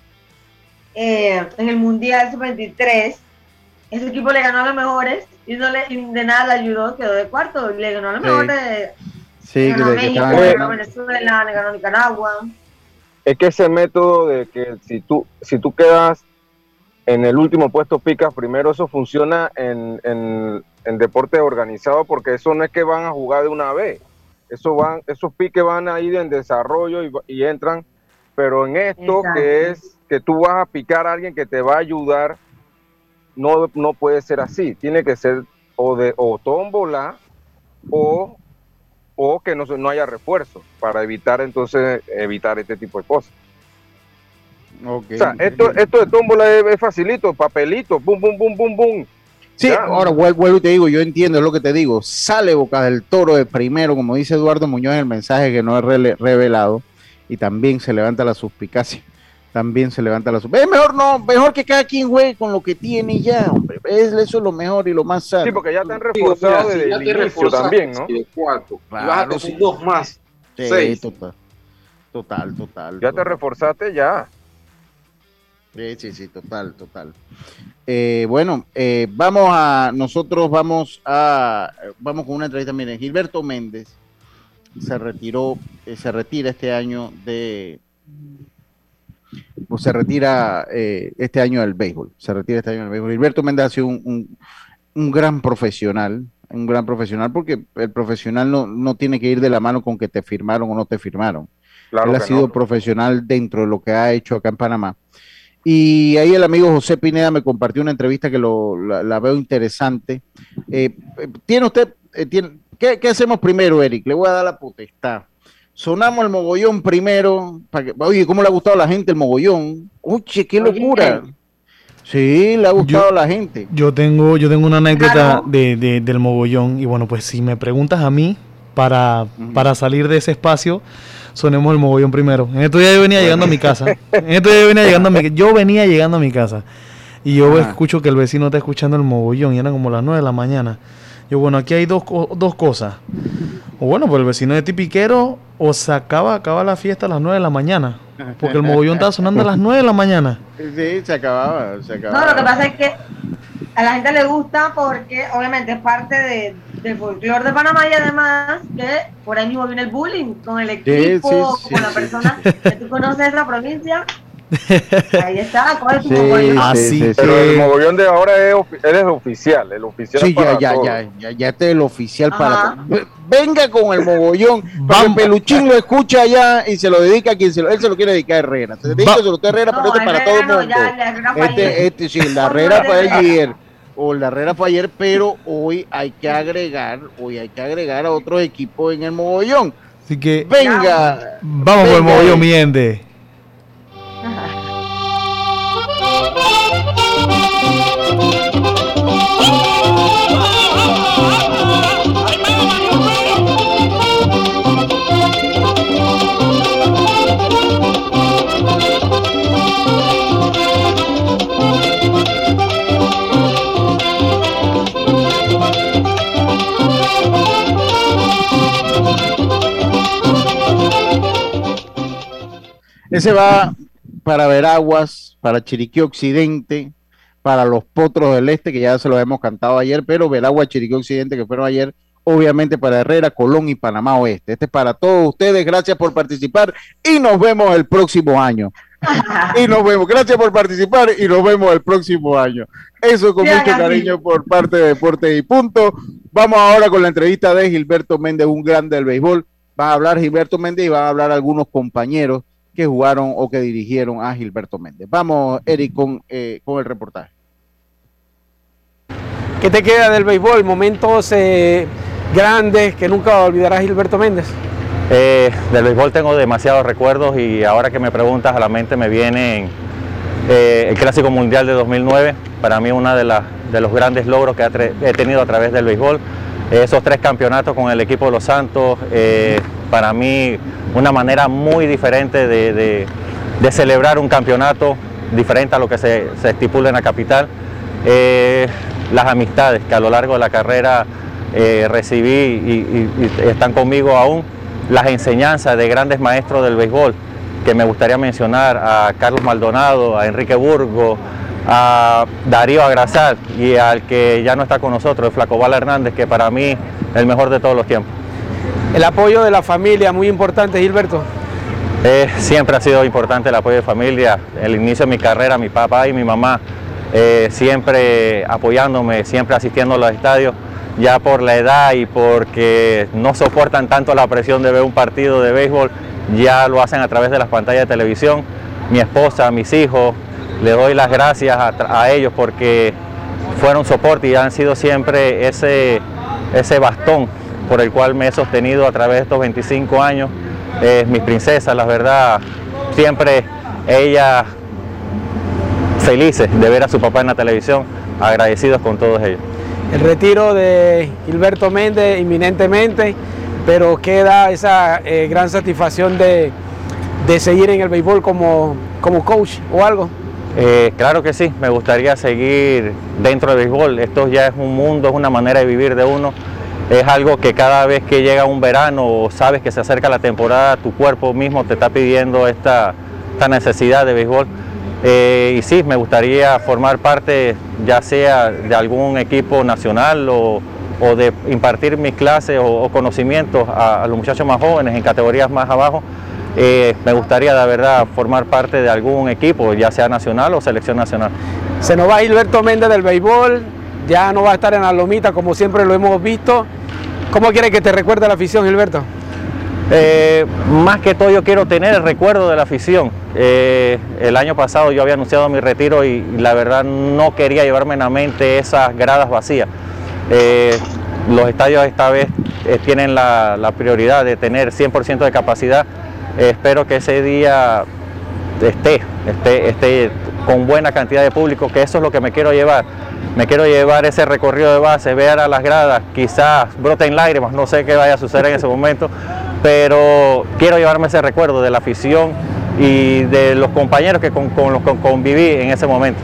eh, en el Mundial sub veintitrés, ese equipo le ganó a los mejores y no le y de nada le ayudó, quedó de cuarto, le ganó a los sí. mejores de, sí, le ganó que, México, que le ganó Venezuela, le ganó Nicaragua. Es que ese método de que si tú, si tú quedas en el último puesto picas primero, eso funciona en, en, en deporte organizado, porque eso no es que van a jugar de una vez, eso van, esos piques van a ir en desarrollo y, y entran, pero en esto Exacto. que es que tú vas a picar a alguien que te va a ayudar, no, no puede ser así, tiene que ser o de o tómbola o, o que no, no haya refuerzo para evitar entonces evitar este tipo de cosas. Okay. O sea, esto, esto de tómbola es, es facilito, papelito, bum, bum, bum, bum, bum. Sí, ya. Ahora vuelvo y te digo, yo entiendo, es lo que te digo, sale Boca del Toro de primero, como dice Eduardo Muñoz en el mensaje que no es re revelado, y también se levanta la suspicacia. También se levanta la suspicacia. Es mejor no, mejor que cada quien juegue con lo que tiene ya, hombre. Es, eso es lo mejor y lo más sano. Sí, porque ya te han reforzado desde el inicio también, ¿no? De cuatro. Claro, y vas a tener sí. dos más. Sí, seis. Total, total, total. Ya total. te reforzaste ya. Sí, sí, sí, total, total. Eh, bueno, eh, vamos a, nosotros vamos a, vamos con una entrevista. Miren, Gilberto Méndez se retiró, eh, se retira este año de, pues se retira eh, este año del béisbol, se retira este año del béisbol. Gilberto Méndez ha sido un, un, un gran profesional, un gran profesional, porque el profesional no, no tiene que ir de la mano con que te firmaron o no te firmaron. Claro Él ha sido no. profesional dentro de lo que ha hecho acá en Panamá. Y ahí el amigo José Pineda me compartió una entrevista que lo, la, la veo interesante. Eh, ¿Tiene usted, eh, tiene, ¿qué, ¿qué hacemos primero, Eric? Le voy a dar la potestad. Sonamos el mogollón primero. Para que, oye, ¿cómo le ha gustado a la gente el mogollón? Oye, qué locura. Sí, le ha gustado yo, a la gente. Yo tengo, yo tengo una anécdota claro. de, de, del mogollón. Y bueno, pues si me preguntas a mí, para, uh-huh. para salir de ese espacio, sonemos el mogollón primero. En estos días yo venía llegando a mi casa. En estos días yo venía llegando a mi Yo venía llegando a mi casa. Y yo Ajá. escucho que el vecino está escuchando el mogollón. Y eran como las nueve de la mañana. Yo, bueno, aquí hay dos, dos cosas. O bueno, pues el vecino de Tipiquero o se acaba, acaba la fiesta a las nueve de la mañana. Porque el mogollón estaba sonando a las nueve de la mañana. Sí, se acababa, se acababa. No, lo que pasa es que a la gente le gusta porque obviamente es parte de, del folclore de Panamá y además que por ahí mismo viene el bullying con el equipo, sí, sí, con sí, la persona sí. que tú conoces de la provincia. Ahí está, coge tu sí, mogollón. Ah, sí, sí, pero sí. el mogollón de ahora es, él es oficial, el oficial sí, para ya, todo. ya, ya, ya, ya este es el oficial Ajá. para venga con el mogollón, porque Peluchín lo escucha allá y se lo dedica a quien se lo, él se lo quiere dedicar a Herrera, se dedica, se lo está a Herrera, no, pero este es para todo el mundo. No, ya, este, este, sí, la Herrera fue ayer, o la Herrera fue ayer, pero hoy hay que agregar, hoy hay que agregar a otros equipos en el mogollón. Así que venga, vamos por el mogollón, Miende. Ese va para Veraguas, para Chiriquí Occidente, para los Potros del Este, que ya se lo hemos cantado ayer, pero Veraguas, Chiriquí Occidente, que fueron ayer, obviamente para Herrera, Colón y Panamá Oeste. Este es para todos ustedes, gracias por participar y nos vemos el próximo año. Y nos vemos, gracias por participar y nos vemos el próximo año. Eso con mucho cariño por parte de Deportes y Punto. Vamos ahora con la entrevista de Gilberto Méndez, un grande del béisbol. Va a hablar Gilberto Méndez y van a hablar algunos compañeros que jugaron o que dirigieron a Gilberto Méndez. Vamos, Eric, con, eh, con el reportaje. ¿Qué te queda del béisbol? Momentos eh, grandes que nunca olvidarás, Gilberto Méndez. Eh, del béisbol tengo demasiados recuerdos y ahora que me preguntas a la mente me viene eh, el Clásico Mundial de dos mil nueve, para mí uno de, la, de los grandes logros que he tenido a través del béisbol. Eh, esos tres campeonatos con el equipo de Los Santos, eh, para mí una manera muy diferente de, de, de celebrar un campeonato, diferente a lo que se, se estipula en la capital. Eh, las amistades que a lo largo de la carrera eh, recibí y, y, y están conmigo aún, las enseñanzas de grandes maestros del béisbol, que me gustaría mencionar a Carlos Maldonado, a Enrique Burgo, a Darío Agrasal y al que ya no está con nosotros, el Flaco Bala Hernández, que para mí es el mejor de todos los tiempos. El apoyo de la familia, muy importante, Gilberto. Eh, siempre ha sido importante el apoyo de familia. El inicio de mi carrera, mi papá y mi mamá eh, siempre apoyándome, siempre asistiendo a los estadios, ya por la edad y porque no soportan tanto la presión de ver un partido de béisbol, ya lo hacen a través de las pantallas de televisión. Mi esposa, mis hijos, les doy las gracias a, a ellos porque fueron soporte y han sido siempre ese, ese bastón por el cual me he sostenido a través de estos veinticinco años. Eh, mis princesas, la verdad, siempre ellas felices de ver a su papá en la televisión, agradecidos con todos ellos. El retiro de Gilberto Méndez inminentemente, pero queda esa eh, gran satisfacción de, de seguir en el béisbol como, como coach o algo. Eh, claro que sí, me gustaría seguir dentro del béisbol. Esto ya es un mundo, es una manera de vivir de uno. Es algo que cada vez que llega un verano o sabes que se acerca la temporada, tu cuerpo mismo te está pidiendo esta, esta necesidad de béisbol. Eh, y sí, me gustaría formar parte ya sea de algún equipo nacional o, o de impartir mis clases o, o conocimientos a, a los muchachos más jóvenes en categorías más abajo. Eh, me gustaría de verdad formar parte de algún equipo, ya sea nacional o selección nacional. Se nos va Gilberto Méndez del béisbol, ya no va a estar en la lomita como siempre lo hemos visto. ¿Cómo quiere que te recuerde la afición, Gilberto? Eh, más que todo yo quiero tener el recuerdo de la afición. Eh, el año pasado yo había anunciado mi retiro y, y la verdad no quería llevarme en la mente esas gradas vacías. Eh, los estadios esta vez eh, tienen la, la prioridad de tener cien por ciento de capacidad. Eh, espero que ese día esté, esté, esté con buena cantidad de público, que eso es lo que me quiero llevar. Me quiero llevar ese recorrido de base, ver a las gradas, quizás broten lágrimas, no sé qué vaya a suceder en ese momento, pero quiero llevarme ese recuerdo de la afición y de los compañeros que con, con los que conviví en ese momento.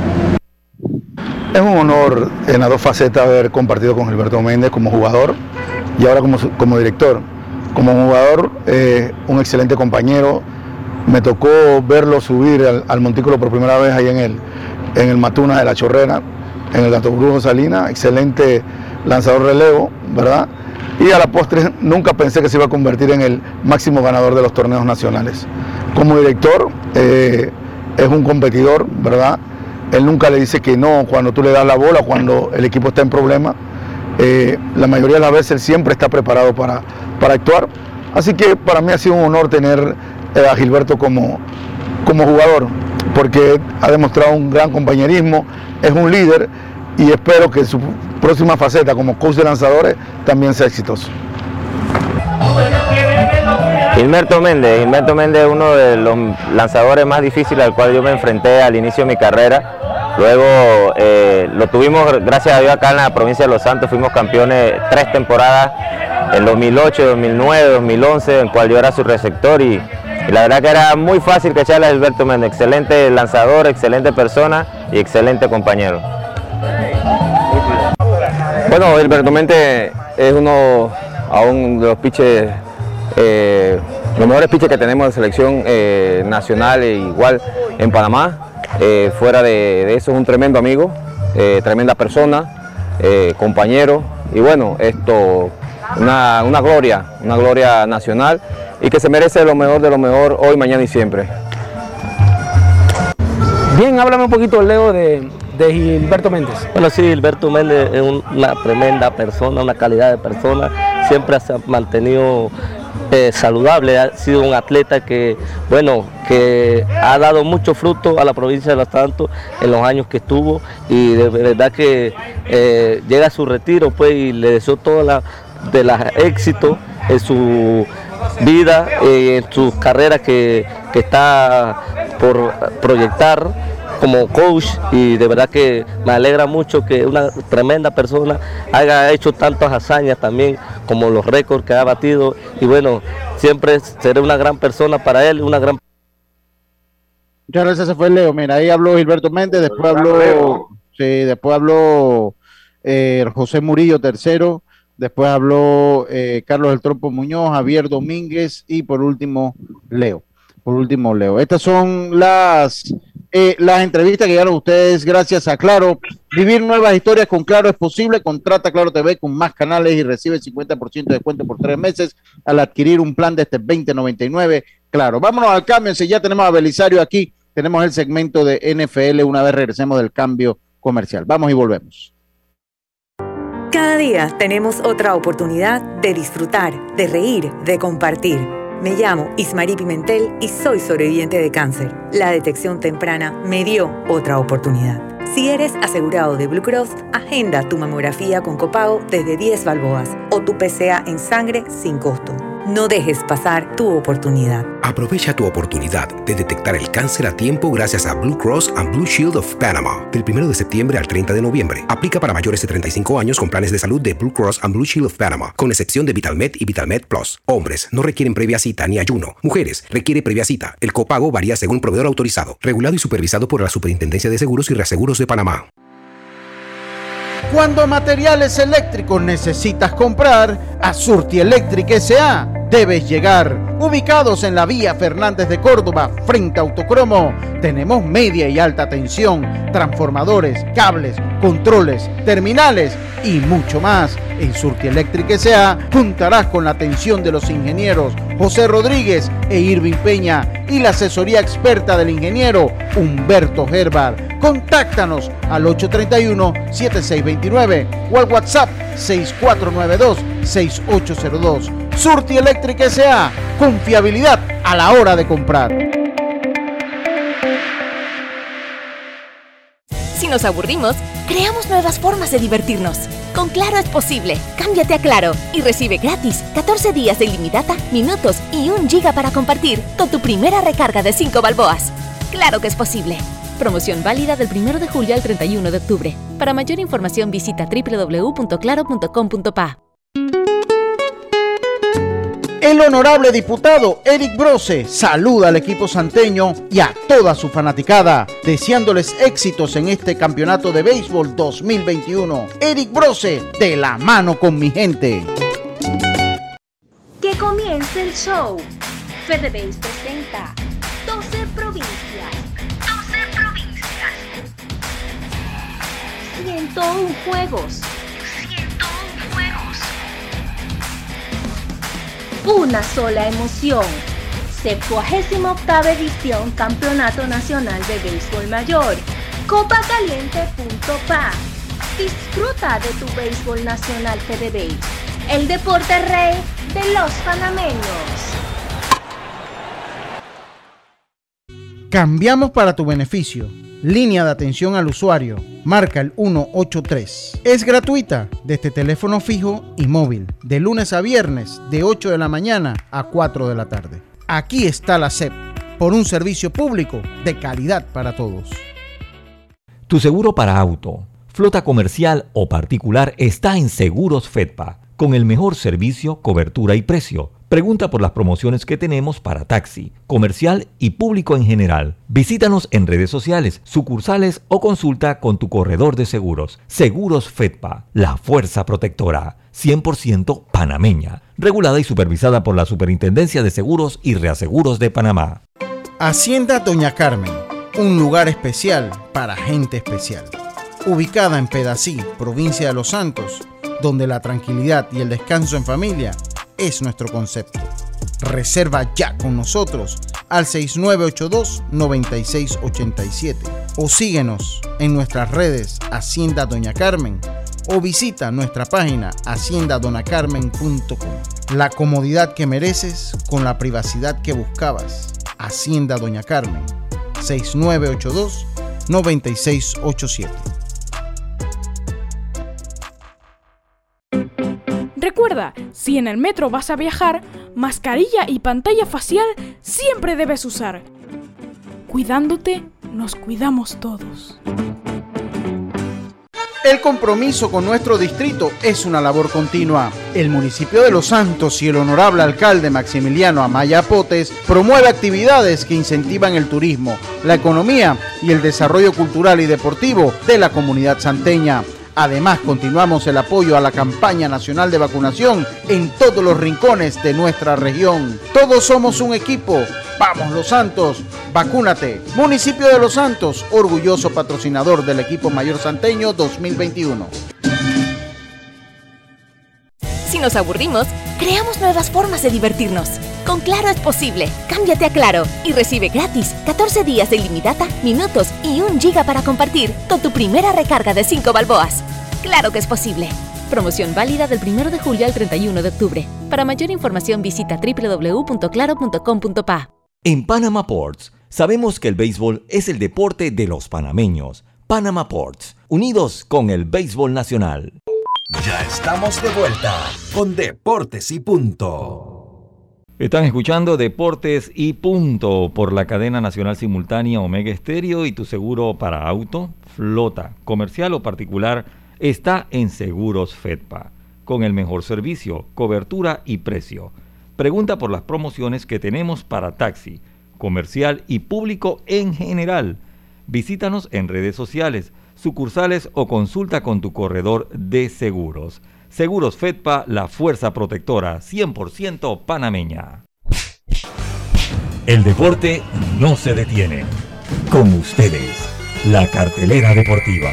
Es un honor en las dos facetas haber compartido con Gilberto Méndez como jugador y ahora como, como director. Como jugador, eh, un excelente compañero. Me tocó verlo subir al, al montículo por primera vez ahí en el, en el Matuna de la Chorrera, en el Gato Brujo Salinas, excelente lanzador relevo, ¿verdad? Y a la postre nunca pensé que se iba a convertir en el máximo ganador de los torneos nacionales. Como director, eh, es un competidor, ¿verdad? Él nunca le dice que no cuando tú le das la bola, cuando el equipo está en problema. Eh, la mayoría de las veces él siempre está preparado para, para actuar. Así que para mí ha sido un honor tener eh, a Gilberto como, como jugador, porque ha demostrado un gran compañerismo, es un líder y espero que su próxima faceta como coach de lanzadores también sea exitoso. Gilberto Méndez, Gilberto Méndez es uno de los lanzadores más difíciles al cual yo me enfrenté al inicio de mi carrera. Luego eh, lo tuvimos, gracias a Dios, acá en la provincia de Los Santos, fuimos campeones tres temporadas, en dos mil ocho, dos mil nueve, dos mil once, en el cual yo era su receptor y, y la verdad que era muy fácil que echarle a Gilberto Méndez, excelente lanzador, excelente persona y excelente compañero. Bueno, Gilberto Méndez es uno aún de los pitchers eh, los mejores pitchers que tenemos de selección eh, nacional e igual en Panamá. Eh, fuera de, de eso es un tremendo amigo, eh, tremenda persona, eh, compañero y bueno, esto una, una gloria, una gloria nacional y que se merece lo mejor de lo mejor hoy, mañana y siempre. Bien, háblame un poquito, Leo, de, de Gilberto Méndez. Bueno, sí, Gilberto Méndez es una tremenda persona, una calidad de persona, siempre se ha mantenido eh, saludable, ha sido un atleta que, bueno, que ha dado mucho fruto a la provincia de Los Santos en los años que estuvo y de verdad que eh, llega a su retiro pues y le deseo todo la, de los éxitos en su vida, eh, en sus carreras que, que está por proyectar como coach y de verdad que me alegra mucho que una tremenda persona haya hecho tantas hazañas también como los récords que ha batido y bueno, siempre seré una gran persona para él, una gran. Muchas gracias, se fue Leo. Mira, ahí habló Gilberto Méndez, después habló, sí, después habló eh, José Murillo tercero, después habló eh, Carlos del Trompo Muñoz, Javier Domínguez y por último Leo. Por último Leo. Estas son las Eh, las entrevistas que llegaron a ustedes gracias a Claro. Vivir nuevas historias con Claro es posible. Contrata Claro T V con más canales y recibe cincuenta por ciento de descuento por tres meses al adquirir un plan de este veinte noventa y nueve. Claro, vámonos al cambio. Ya tenemos a Belisario aquí. Tenemos el segmento de N F L una vez regresemos del cambio comercial. Vamos y volvemos. Cada día tenemos otra oportunidad de disfrutar, de reír, de compartir. Me llamo Ismarí Pimentel y soy sobreviviente de cáncer. La detección temprana me dio otra oportunidad. Si eres asegurado de Blue Cross, agenda tu mamografía con copago desde diez balboas o tu P C A en sangre sin costo. No dejes pasar tu oportunidad. Aprovecha tu oportunidad de detectar el cáncer a tiempo gracias a Blue Cross and Blue Shield of Panama. Del primero de septiembre al treinta de noviembre. Aplica para mayores de treinta y cinco años con planes de salud de Blue Cross and Blue Shield of Panama, con excepción de VitalMed y VitalMed Plus. Hombres no requieren previa cita ni ayuno. Mujeres requiere previa cita. El copago varía según proveedor autorizado. Regulado y supervisado por la Superintendencia de Seguros y Reaseguros de Panamá. Cuando materiales eléctricos necesitas comprar, a Surti Electric S A debes llegar. Ubicados en la vía Fernández de Córdoba, frente a Autocromo, tenemos media y alta tensión, transformadores, cables, controles, terminales y mucho más. En Surti Electric S A contarás con la atención de los ingenieros José Rodríguez e Irving Peña y la asesoría experta del ingeniero Humberto Herbar. Contáctanos al ocho tres uno, siete seis dos nueve o al WhatsApp seis cuatro nueve dos, seis ocho cero dos. Surti Electric S A, confiabilidad a la hora de comprar. Si nos aburrimos, creamos nuevas formas de divertirnos. Con Claro es posible. Cámbiate a Claro y recibe gratis catorce días de ilimitada, minutos y un giga para compartir con tu primera recarga de cinco balboas. Claro que es posible. Promoción válida del primero de julio al treinta y uno de octubre. Para mayor información visita doble u doble u doble u punto claro punto com punto pa. El honorable diputado Eric Brose saluda al equipo santeño y a toda su fanaticada, deseándoles éxitos en este campeonato de béisbol dos mil veintiuno. Eric Brose, de la mano con mi gente. Que comience el show. FedeBase presenta doce provincias. doce provincias. ciento uno juegos. ciento uno juegos. Una sola emoción. septuagésima octava edición Campeonato Nacional de Béisbol Mayor. copa caliente punto pa. Disfruta de tu béisbol nacional FedeBase, el deporte rey de los panameños. Cambiamos para tu beneficio. Línea de atención al usuario. Marca el uno ocho tres. Es gratuita desde teléfono fijo y móvil. De lunes a viernes, de ocho de la mañana a cuatro de la tarde. Aquí está la S E P, por un servicio público de calidad para todos. Tu seguro para auto, flota comercial o particular está en Seguros Fedpa, con el mejor servicio, cobertura y precio, Pregunta por las promociones que tenemos para taxi, comercial y público en general. Visítanos en redes sociales, sucursales o consulta con tu corredor de seguros. Seguros Fedpa, la fuerza protectora, cien por ciento panameña, regulada y supervisada por la Superintendencia de Seguros y Reaseguros de Panamá. Hacienda Doña Carmen, un lugar especial para gente especial. Ubicada en Pedací, provincia de Los Santos, donde la tranquilidad y el descanso en familia es nuestro concepto. Reserva ya con nosotros al seis nueve ocho dos, nueve seis ocho siete o síguenos en nuestras redes Hacienda Doña Carmen o visita nuestra página hacienda dona carmen punto com. La comodidad que mereces con la privacidad que buscabas. Hacienda Doña Carmen, seis nueve ocho dos, nueve seis ocho siete. Recuerda, si en el metro vas a viajar, mascarilla y pantalla facial siempre debes usar. Cuidándote, nos cuidamos todos. El compromiso con nuestro distrito es una labor continua. El municipio de Los Santos y el honorable alcalde Maximiliano Amaya Potes promueve actividades que incentivan el turismo, la economía y el desarrollo cultural y deportivo de la comunidad santeña. Además, continuamos el apoyo a la campaña nacional de vacunación en todos los rincones de nuestra región. Todos somos un equipo. ¡Vamos, Los Santos! ¡Vacúnate! Municipio de Los Santos, orgulloso patrocinador del equipo mayor santeño dos mil veintiuno. Si nos aburrimos, creamos nuevas formas de divertirnos. Con Claro es posible. Cámbiate a Claro y recibe gratis catorce días de ilimitada, minutos y un giga para compartir con tu primera recarga de cinco balboas. ¡Claro que es posible! Promoción válida del primero de julio al treinta y uno de octubre. Para mayor información visita doble u doble u doble u punto claro punto com punto pa. En Panama Ports, sabemos que el béisbol es el deporte de los panameños. Panama Ports, unidos con el béisbol nacional. Ya estamos de vuelta con Deportes y Punto. Están escuchando Deportes y Punto por la cadena nacional simultánea Omega Estéreo, y tu seguro para auto, flota, comercial o particular está en Seguros Fedpa, con el mejor servicio, cobertura y precio. Pregunta por las promociones que tenemos para taxi, comercial y público en general. Visítanos en redes sociales, sucursales o consulta con tu corredor de seguros. Seguros Fedpa, la fuerza protectora, cien por ciento panameña. El deporte no se detiene. Con ustedes, la cartelera deportiva.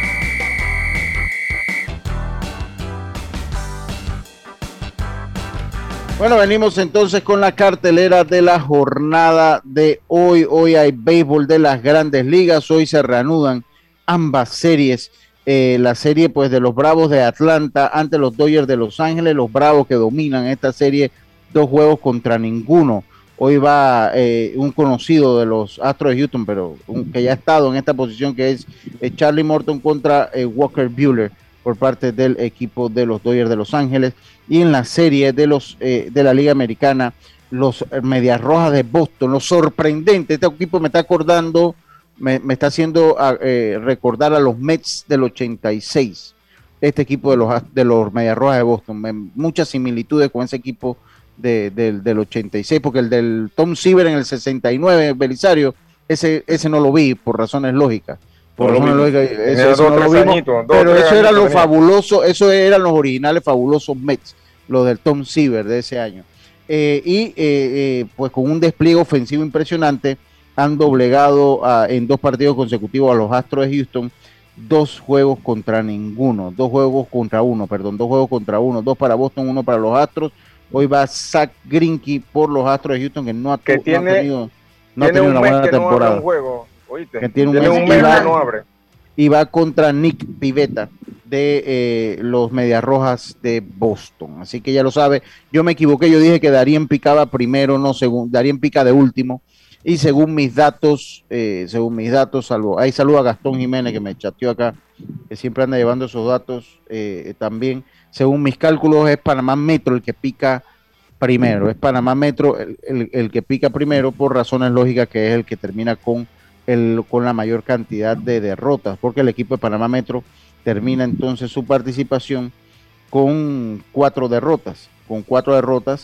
Bueno, venimos entonces con la cartelera de la jornada de hoy. Hoy hay béisbol de las Grandes Ligas. Hoy se reanudan ambas series. Eh, la serie pues de los Bravos de Atlanta ante los Dodgers de Los Ángeles. Los Bravos que dominan esta serie, dos juegos contra ninguno. Hoy va eh, un conocido de los Astros de Houston, pero un, que ya ha estado en esta posición, que es eh, Charlie Morton contra eh, Walker Buehler por parte del equipo de los Dodgers de Los Ángeles. Y en la serie de los eh, de la Liga Americana, los Medias Rojas de Boston, lo sorprendente, este equipo me está acordando, me, me está haciendo eh, recordar a los Mets del ochenta y seis, este equipo de los, de los Medias Rojas de Boston, me, muchas similitudes con ese equipo de, de, del ochenta y seis, porque el del Tom Seaver en el sesenta y nueve, Belisario, ese, ese no lo vi por razones lógicas. Por no lo lógica, eso, eso no lo vimos, añitos, pero eso era lo tenía. fabuloso, eso eran los originales fabulosos Mets, los del Tom Seaver de ese año. Eh, y eh, eh, pues con un despliegue ofensivo impresionante, han doblegado a, en dos partidos consecutivos a los Astros de Houston, dos juegos contra ninguno, dos juegos contra uno, perdón, dos juegos contra uno, dos para Boston, uno para los Astros. Hoy va Zach Greinke por los Astros de Houston, que no ha, que tu, tiene, no ha tenido, no ha tiene tenido una buena que temporada. No un juego. Oíste, que tiene un tiene mes, un mes y, va, que no abre. y va contra Nick Pivetta de eh, los Medias Rojas de Boston. Así que ya lo sabe, yo me equivoqué, yo dije que Darien picaba primero, no, según Darien pica de último, y según mis datos, eh, según mis datos, salvo, ahí saludo a Gastón Jiménez que me chateó acá, que siempre anda llevando esos datos eh, también. Según mis cálculos es Panamá Metro el que pica primero, es Panamá Metro el, el, el que pica primero, por razones lógicas, que es el que termina con el con la mayor cantidad de derrotas, porque el equipo de Panamá Metro termina entonces su participación con cuatro derrotas, con cuatro derrotas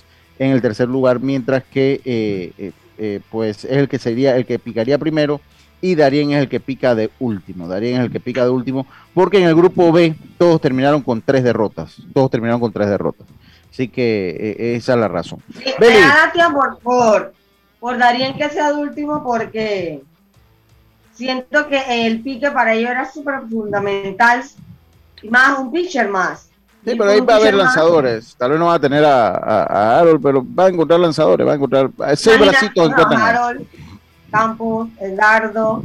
en el tercer lugar, mientras que eh, eh, eh, pues es el que sería el que picaría primero, y Darien es el que pica de último. Darien es el que pica de último, porque en el grupo B todos terminaron con tres derrotas. Todos terminaron con tres derrotas. Así que eh, esa es la razón. Sí, me da tiempo por, por, por Darien que sea de último, porque siento que el pique para ellos era súper fundamental. Y más un pitcher más. Sí, pero ahí va a haber lanzadores. Más. Tal vez no va a tener a, a, a Harold, pero va a encontrar lanzadores. Va a encontrar seis bracitos. No, Harold, Campos, Eduardo.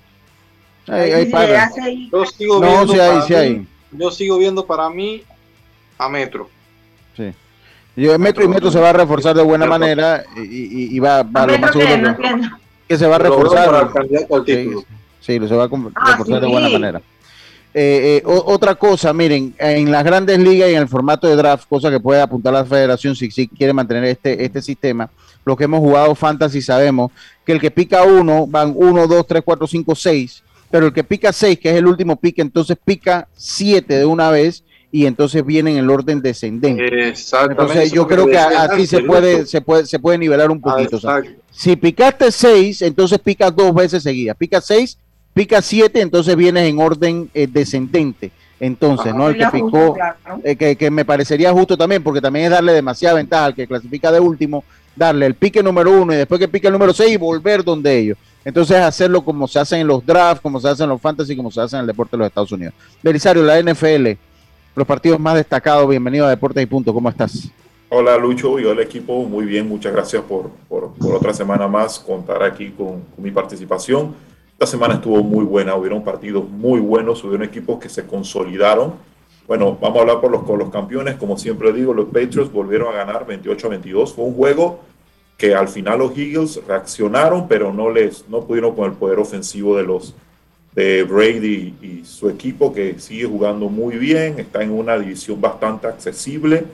Ahí, ahí para. Yo sigo no, viendo sí hay, sí hay. Yo sigo viendo para mí a Metro. Sí. Yo, Metro y Metro se va a reforzar de buena manera y, y, y va, va a lo más seguro no que, que se va a reforzar. Sí, sí, lo se va a ah, reforzar sí. de buena manera. Eh, eh, o, otra cosa, miren, en las grandes ligas y en el formato de draft, cosa que puede apuntar la federación si, si quiere mantener este, este sistema, los que hemos jugado fantasy sabemos que el que pica uno, van uno, dos, tres, cuatro, cinco, seis, pero el que pica seis, que es el último pique, entonces pica siete de una vez y entonces viene en el orden descendente. Exactamente. Entonces yo creo que así se puede, se puede, se puede nivelar un poquito. Ah, o sea, si picaste seis, entonces picas dos veces seguidas, pica seis, pica siete, entonces vienes en orden eh, descendente. Entonces, ah, ¿no? El que picó, justo, claro. eh, que, que me parecería justo también, porque también es darle demasiada ventaja al que clasifica de último, darle el pique número uno y después que pique el número seis y volver donde ellos. Entonces, hacerlo como se hace en los drafts, como se hace en los fantasy, como se hace en el deporte de los Estados Unidos. Belisario, la N F L, los partidos más destacados, bienvenido a Deportes y Punto, ¿cómo estás? Hola Lucho y hola equipo, muy bien, muchas gracias por, por, por otra semana más contar aquí con, con mi participación. Esta semana estuvo muy buena, hubieron partidos muy buenos, hubieron equipos que se consolidaron. Bueno, vamos a hablar por los, con los campeones, como siempre digo, los Patriots volvieron a ganar veintiocho a veintidós, fue un juego que al final los Eagles reaccionaron, pero no les no pudieron con el poder ofensivo de los de Brady y su equipo, que sigue jugando muy bien, está en una división bastante accesible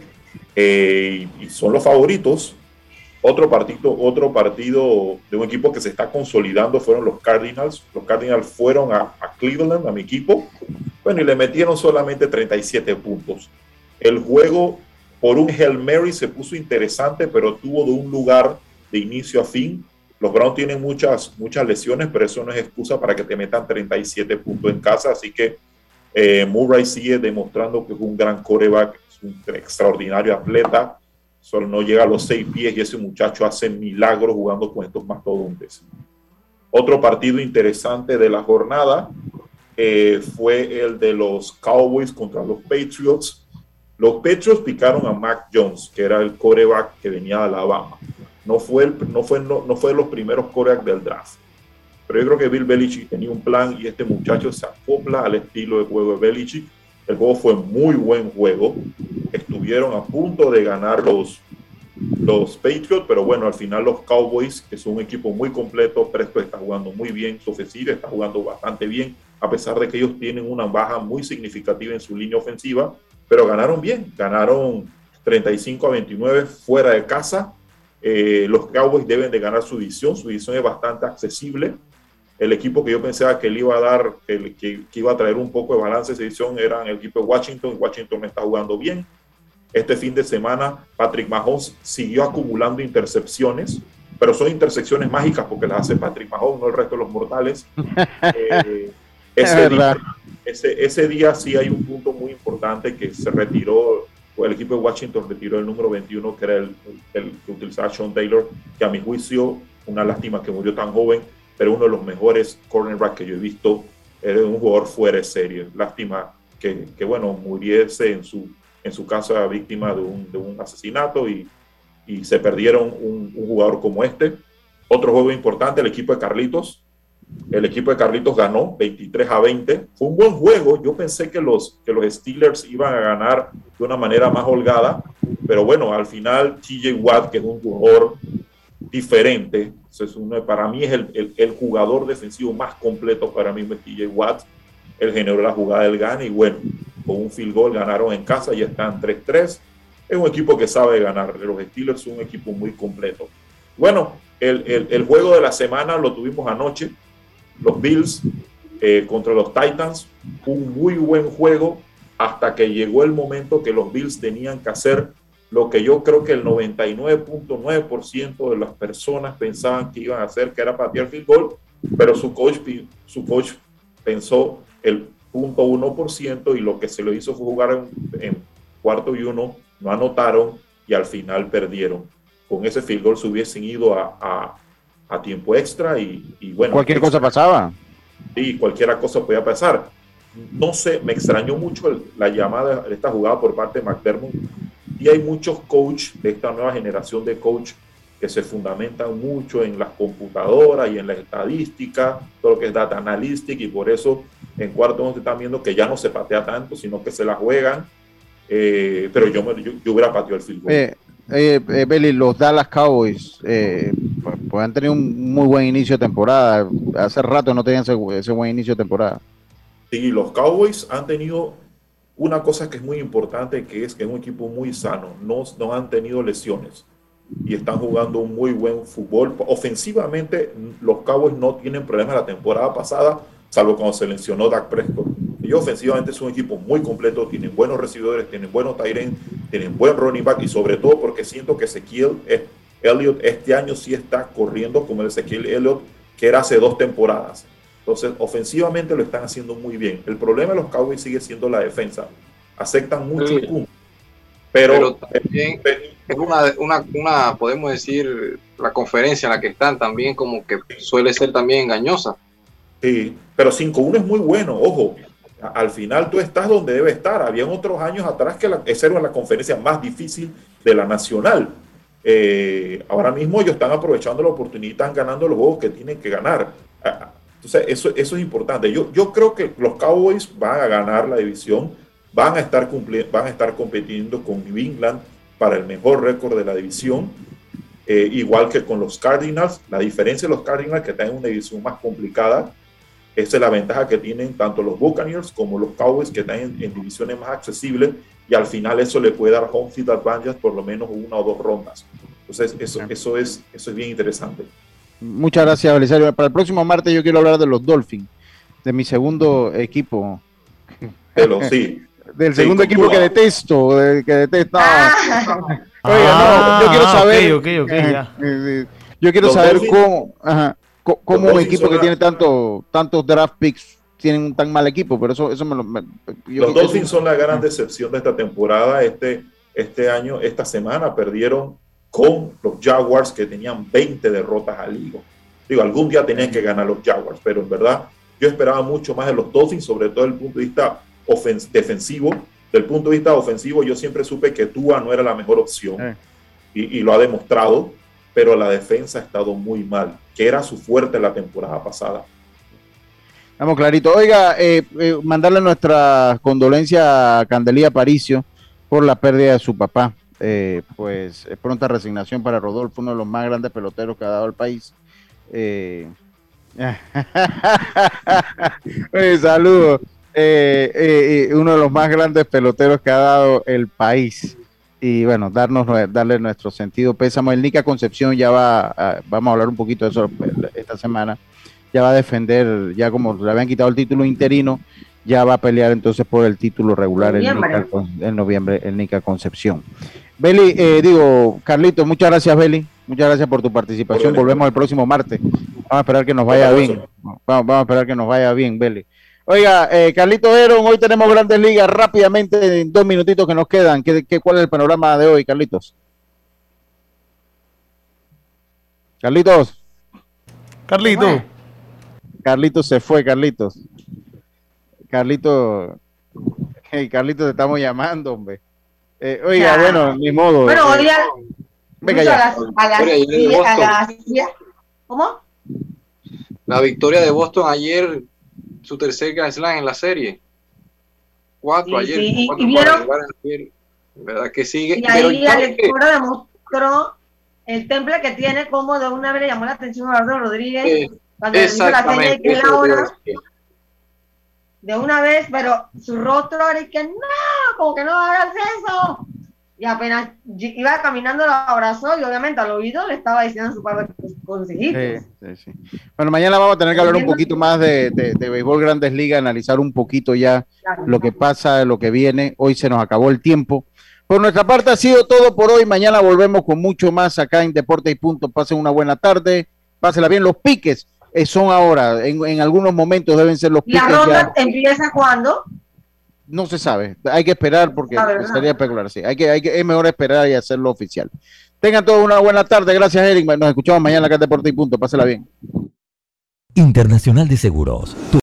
eh, y, y son los favoritos. Otro partido, otro partido de un equipo que se está consolidando fueron los Cardinals. Los Cardinals fueron a, a Cleveland, a mi equipo, bueno, y le metieron solamente treinta y siete puntos. El juego por un Hail Mary se puso interesante, pero tuvo de un lugar de inicio a fin. Los Browns tienen muchas, muchas lesiones, pero eso no es excusa para que te metan treinta y siete puntos en casa. Así que eh, Murray sigue demostrando que es un gran quarterback, es un extraordinario atleta. Solo no llega a los seis pies y ese muchacho hace milagros jugando con estos mastodontes. Otro partido interesante de la jornada eh, fue el de los Cowboys contra los Patriots. Los Patriots picaron a Mac Jones, que era el quarterback que venía de Alabama. No fue, el, no fue, no, no fue de los primeros quarterbacks del draft. Pero yo creo que Bill Belichick tenía un plan y este muchacho se acopla al estilo de juego de Belichick. El juego fue muy buen juego. Estuvieron a punto de ganar los, los Patriots, pero bueno, al final los Cowboys, que son un equipo muy completo, Prescott está jugando muy bien, su ofensiva está jugando bastante bien, a pesar de que ellos tienen una baja muy significativa en su línea ofensiva, pero ganaron bien, ganaron treinta y cinco a veintinueve fuera de casa. Eh, los Cowboys deben de ganar su división, su división es bastante accesible. El equipo que yo pensaba que le iba a dar, el, que, que iba a traer un poco de balance a esa edición era el equipo de Washington. Washington está jugando bien. Este fin de semana, Patrick Mahomes siguió acumulando intercepciones, pero son intercepciones mágicas porque las hace Patrick Mahomes, no el resto de los mortales. Eh, ese, día, ese, ese día sí hay un punto muy importante que se retiró, el equipo de Washington retiró el número veintiuno, que era el, el, el que utilizaba Sean Taylor, que a mi juicio, una lástima que murió tan joven, pero uno de los mejores cornerbacks que yo he visto, era un jugador fuera de serie. Lástima que, que bueno, muriese en su, en su casa víctima de un, de un asesinato y, y se perdieron un, un jugador como este. Otro juego importante, el equipo de Carlitos. El equipo de Carlitos ganó veintitrés a veinte. Fue un buen juego. Yo pensé que los, que los Steelers iban a ganar de una manera más holgada, pero bueno, al final T J Watt, que es un jugador diferente, es uno, para mí es el, el, el jugador defensivo más completo, para mí es T J Watt, él generó la jugada del gane y bueno, con un field goal ganaron en casa y están tres tres. Es un equipo que sabe ganar. Los Steelers son un equipo muy completo. Bueno, el, el, el juego de la semana lo tuvimos anoche, los Bills eh, contra los Titans, un muy buen juego hasta que llegó el momento que los Bills tenían que hacer lo que yo creo que el noventa y nueve punto nueve por ciento de las personas pensaban que iban a hacer, que era patear field goal, pero su coach, su coach pensó el punto uno por ciento y lo que se lo hizo fue jugar en, en cuarto y uno, no anotaron y al final perdieron. Con ese field goal se hubiesen ido a, a, a tiempo extra y, y bueno. Cualquier extra, cosa pasaba. Sí, cualquier cosa podía pasar. No sé, me extrañó mucho el, la llamada de esta jugada por parte de McDermott. Y hay muchos coaches de esta nueva generación de coach que se fundamentan mucho en las computadoras y en la estadística, todo lo que es data analytics, y por eso en cuarto nos están viendo que ya no se patea tanto, sino que se la juegan, eh, pero yo, me, yo, yo hubiera pateado el field goal. Eh, eh, eh, Beli, los Dallas Cowboys eh, pues, pues han tenido un muy buen inicio de temporada, hace rato no tenían ese, ese buen inicio de temporada. Sí, los Cowboys han tenido una cosa que es muy importante, que es que es un equipo muy sano, no, no han tenido lesiones y están jugando un muy buen fútbol. Ofensivamente, los Cowboys no tienen problemas la temporada pasada, salvo cuando se lesionó Dak Prescott. Ellos ofensivamente es un equipo muy completo, tienen buenos recibidores, tienen buenos tight ends, tienen buen running back y sobre todo porque siento que Ezequiel Elliott este año sí está corriendo como el Ezequiel Elliott que era hace dos temporadas. Entonces, ofensivamente lo están haciendo muy bien. El problema de los Cowboys sigue siendo la defensa. Aceptan muchos sí. puntos. Pero, pero también es una, una, una, podemos decir, la conferencia en la que están también como que suele ser también engañosa. Sí, pero cinco uno es muy bueno. Ojo, al final tú estás donde debe estar. Habían otros años atrás que la, esa era la conferencia más difícil de la nacional. Eh, ahora mismo ellos están aprovechando la oportunidad y están ganando los juegos que tienen que ganar. Entonces, eso, eso es importante. Yo, yo creo que los Cowboys van a ganar la división, van a estar, van a estar compitiendo con New England para el mejor récord de la división, eh, igual que con los Cardinals. La diferencia de los Cardinals, que están en una división más complicada, esa es la ventaja que tienen tanto los Buccaneers como los Cowboys, que están en, en divisiones más accesibles, y al final eso le puede dar home field advantage por lo menos una o dos rondas. Entonces, eso, eso, es, eso es bien interesante. Muchas gracias, Belisario. Para el próximo martes yo quiero hablar de los Dolphins, de mi segundo equipo. De los, sí. Del sí, segundo equipo tú, que detesto, de, que detesto. No. Oiga, no, yo quiero saber. Okay, okay, okay, ya. Yo quiero los saber Dolphins, cómo, ajá, cómo un equipo que la... tiene tanto, tantos draft picks tienen un tan mal equipo, pero eso, eso me lo. Me, yo los Dolphins eso... son la gran decepción de esta temporada. Este, este año, esta semana perdieron con los Jaguars, que tenían veinte derrotas al hilo. Digo, algún día tenían que ganar los Jaguars, pero en verdad yo esperaba mucho más de los Dolphins, sobre todo desde el punto de vista ofens- defensivo. Del punto de vista ofensivo, yo siempre supe que Tua no era la mejor opción, eh. y, y lo ha demostrado, pero la defensa ha estado muy mal, que era su fuerte la temporada pasada. Vamos, clarito. Oiga, eh, eh, mandarle nuestra condolencia a Candelilla Aparicio por la pérdida de su papá. Eh, pues es pronta resignación para Rodolfo, uno de los más grandes peloteros que ha dado el país. Eh... Oye, saludos. Eh, eh, uno de los más grandes peloteros que ha dado el país. Y bueno, darnos, darle nuestro sentido pésamo. El Nica Concepción ya va, a, vamos a hablar un poquito de eso esta semana, ya va a defender, ya como le habían quitado el título interino, ya va a pelear entonces por el título regular en Nica, en noviembre, el Nica Concepción. Beli, eh, digo, Carlitos, muchas gracias, Beli, muchas gracias por tu participación. Volvemos el próximo martes. Vamos a esperar que nos vaya bien. Vamos, vamos a esperar que nos vaya bien, Beli. Oiga, eh, Carlitos Heron, hoy tenemos Grandes Ligas rápidamente, en dos minutitos que nos quedan. ¿Qué, qué, ¿Cuál es el panorama de hoy, Carlitos? Carlitos. Carlitos. Carlitos se fue, Carlitos. Carlitos. Hey, Carlitos, te estamos llamando, hombre. Eh, oiga, ya. Bueno, ni modo. Bueno, eh, hoy a, venga ya. A las, a las, a las, ¿cómo? La victoria de Boston ayer, su tercer Grand Slam en la serie. Cuatro sí, ayer. Sí, cuatro y vieron. Ayer, ¿verdad que sigue? Y ahí la lectura demostró el temple que tiene, como de una vez le llamó la atención a Eduardo Rodríguez. Eh, cuando hizo la serie que la hora. De una vez, pero su rostro era que no, como que no hagas eso. Y apenas iba caminando, lo abrazó y obviamente al oído le estaba diciendo su par de consejitos. Sí, sí, sí. Bueno, mañana vamos a tener que hablar un poquito más de, de, de béisbol Grandes Ligas, analizar un poquito ya claro, lo que pasa, lo que viene. Hoy se nos acabó el tiempo, Por nuestra parte ha sido todo por hoy. Mañana volvemos con mucho más acá en Deportes y Punto. Pasen una buena tarde. Pásenla bien. Los piques eh, son ahora. En, en algunos momentos deben ser los piques. ¿La ronda ya empieza cuándo? No se sabe. Hay que esperar porque sería especular. Sí. Hay que, hay que, es mejor esperar y hacerlo oficial. Tengan todos una buena tarde. Gracias, Eric. Nos escuchamos mañana acá en Deportes y Punto. Pásenla bien. Internacional de Seguros.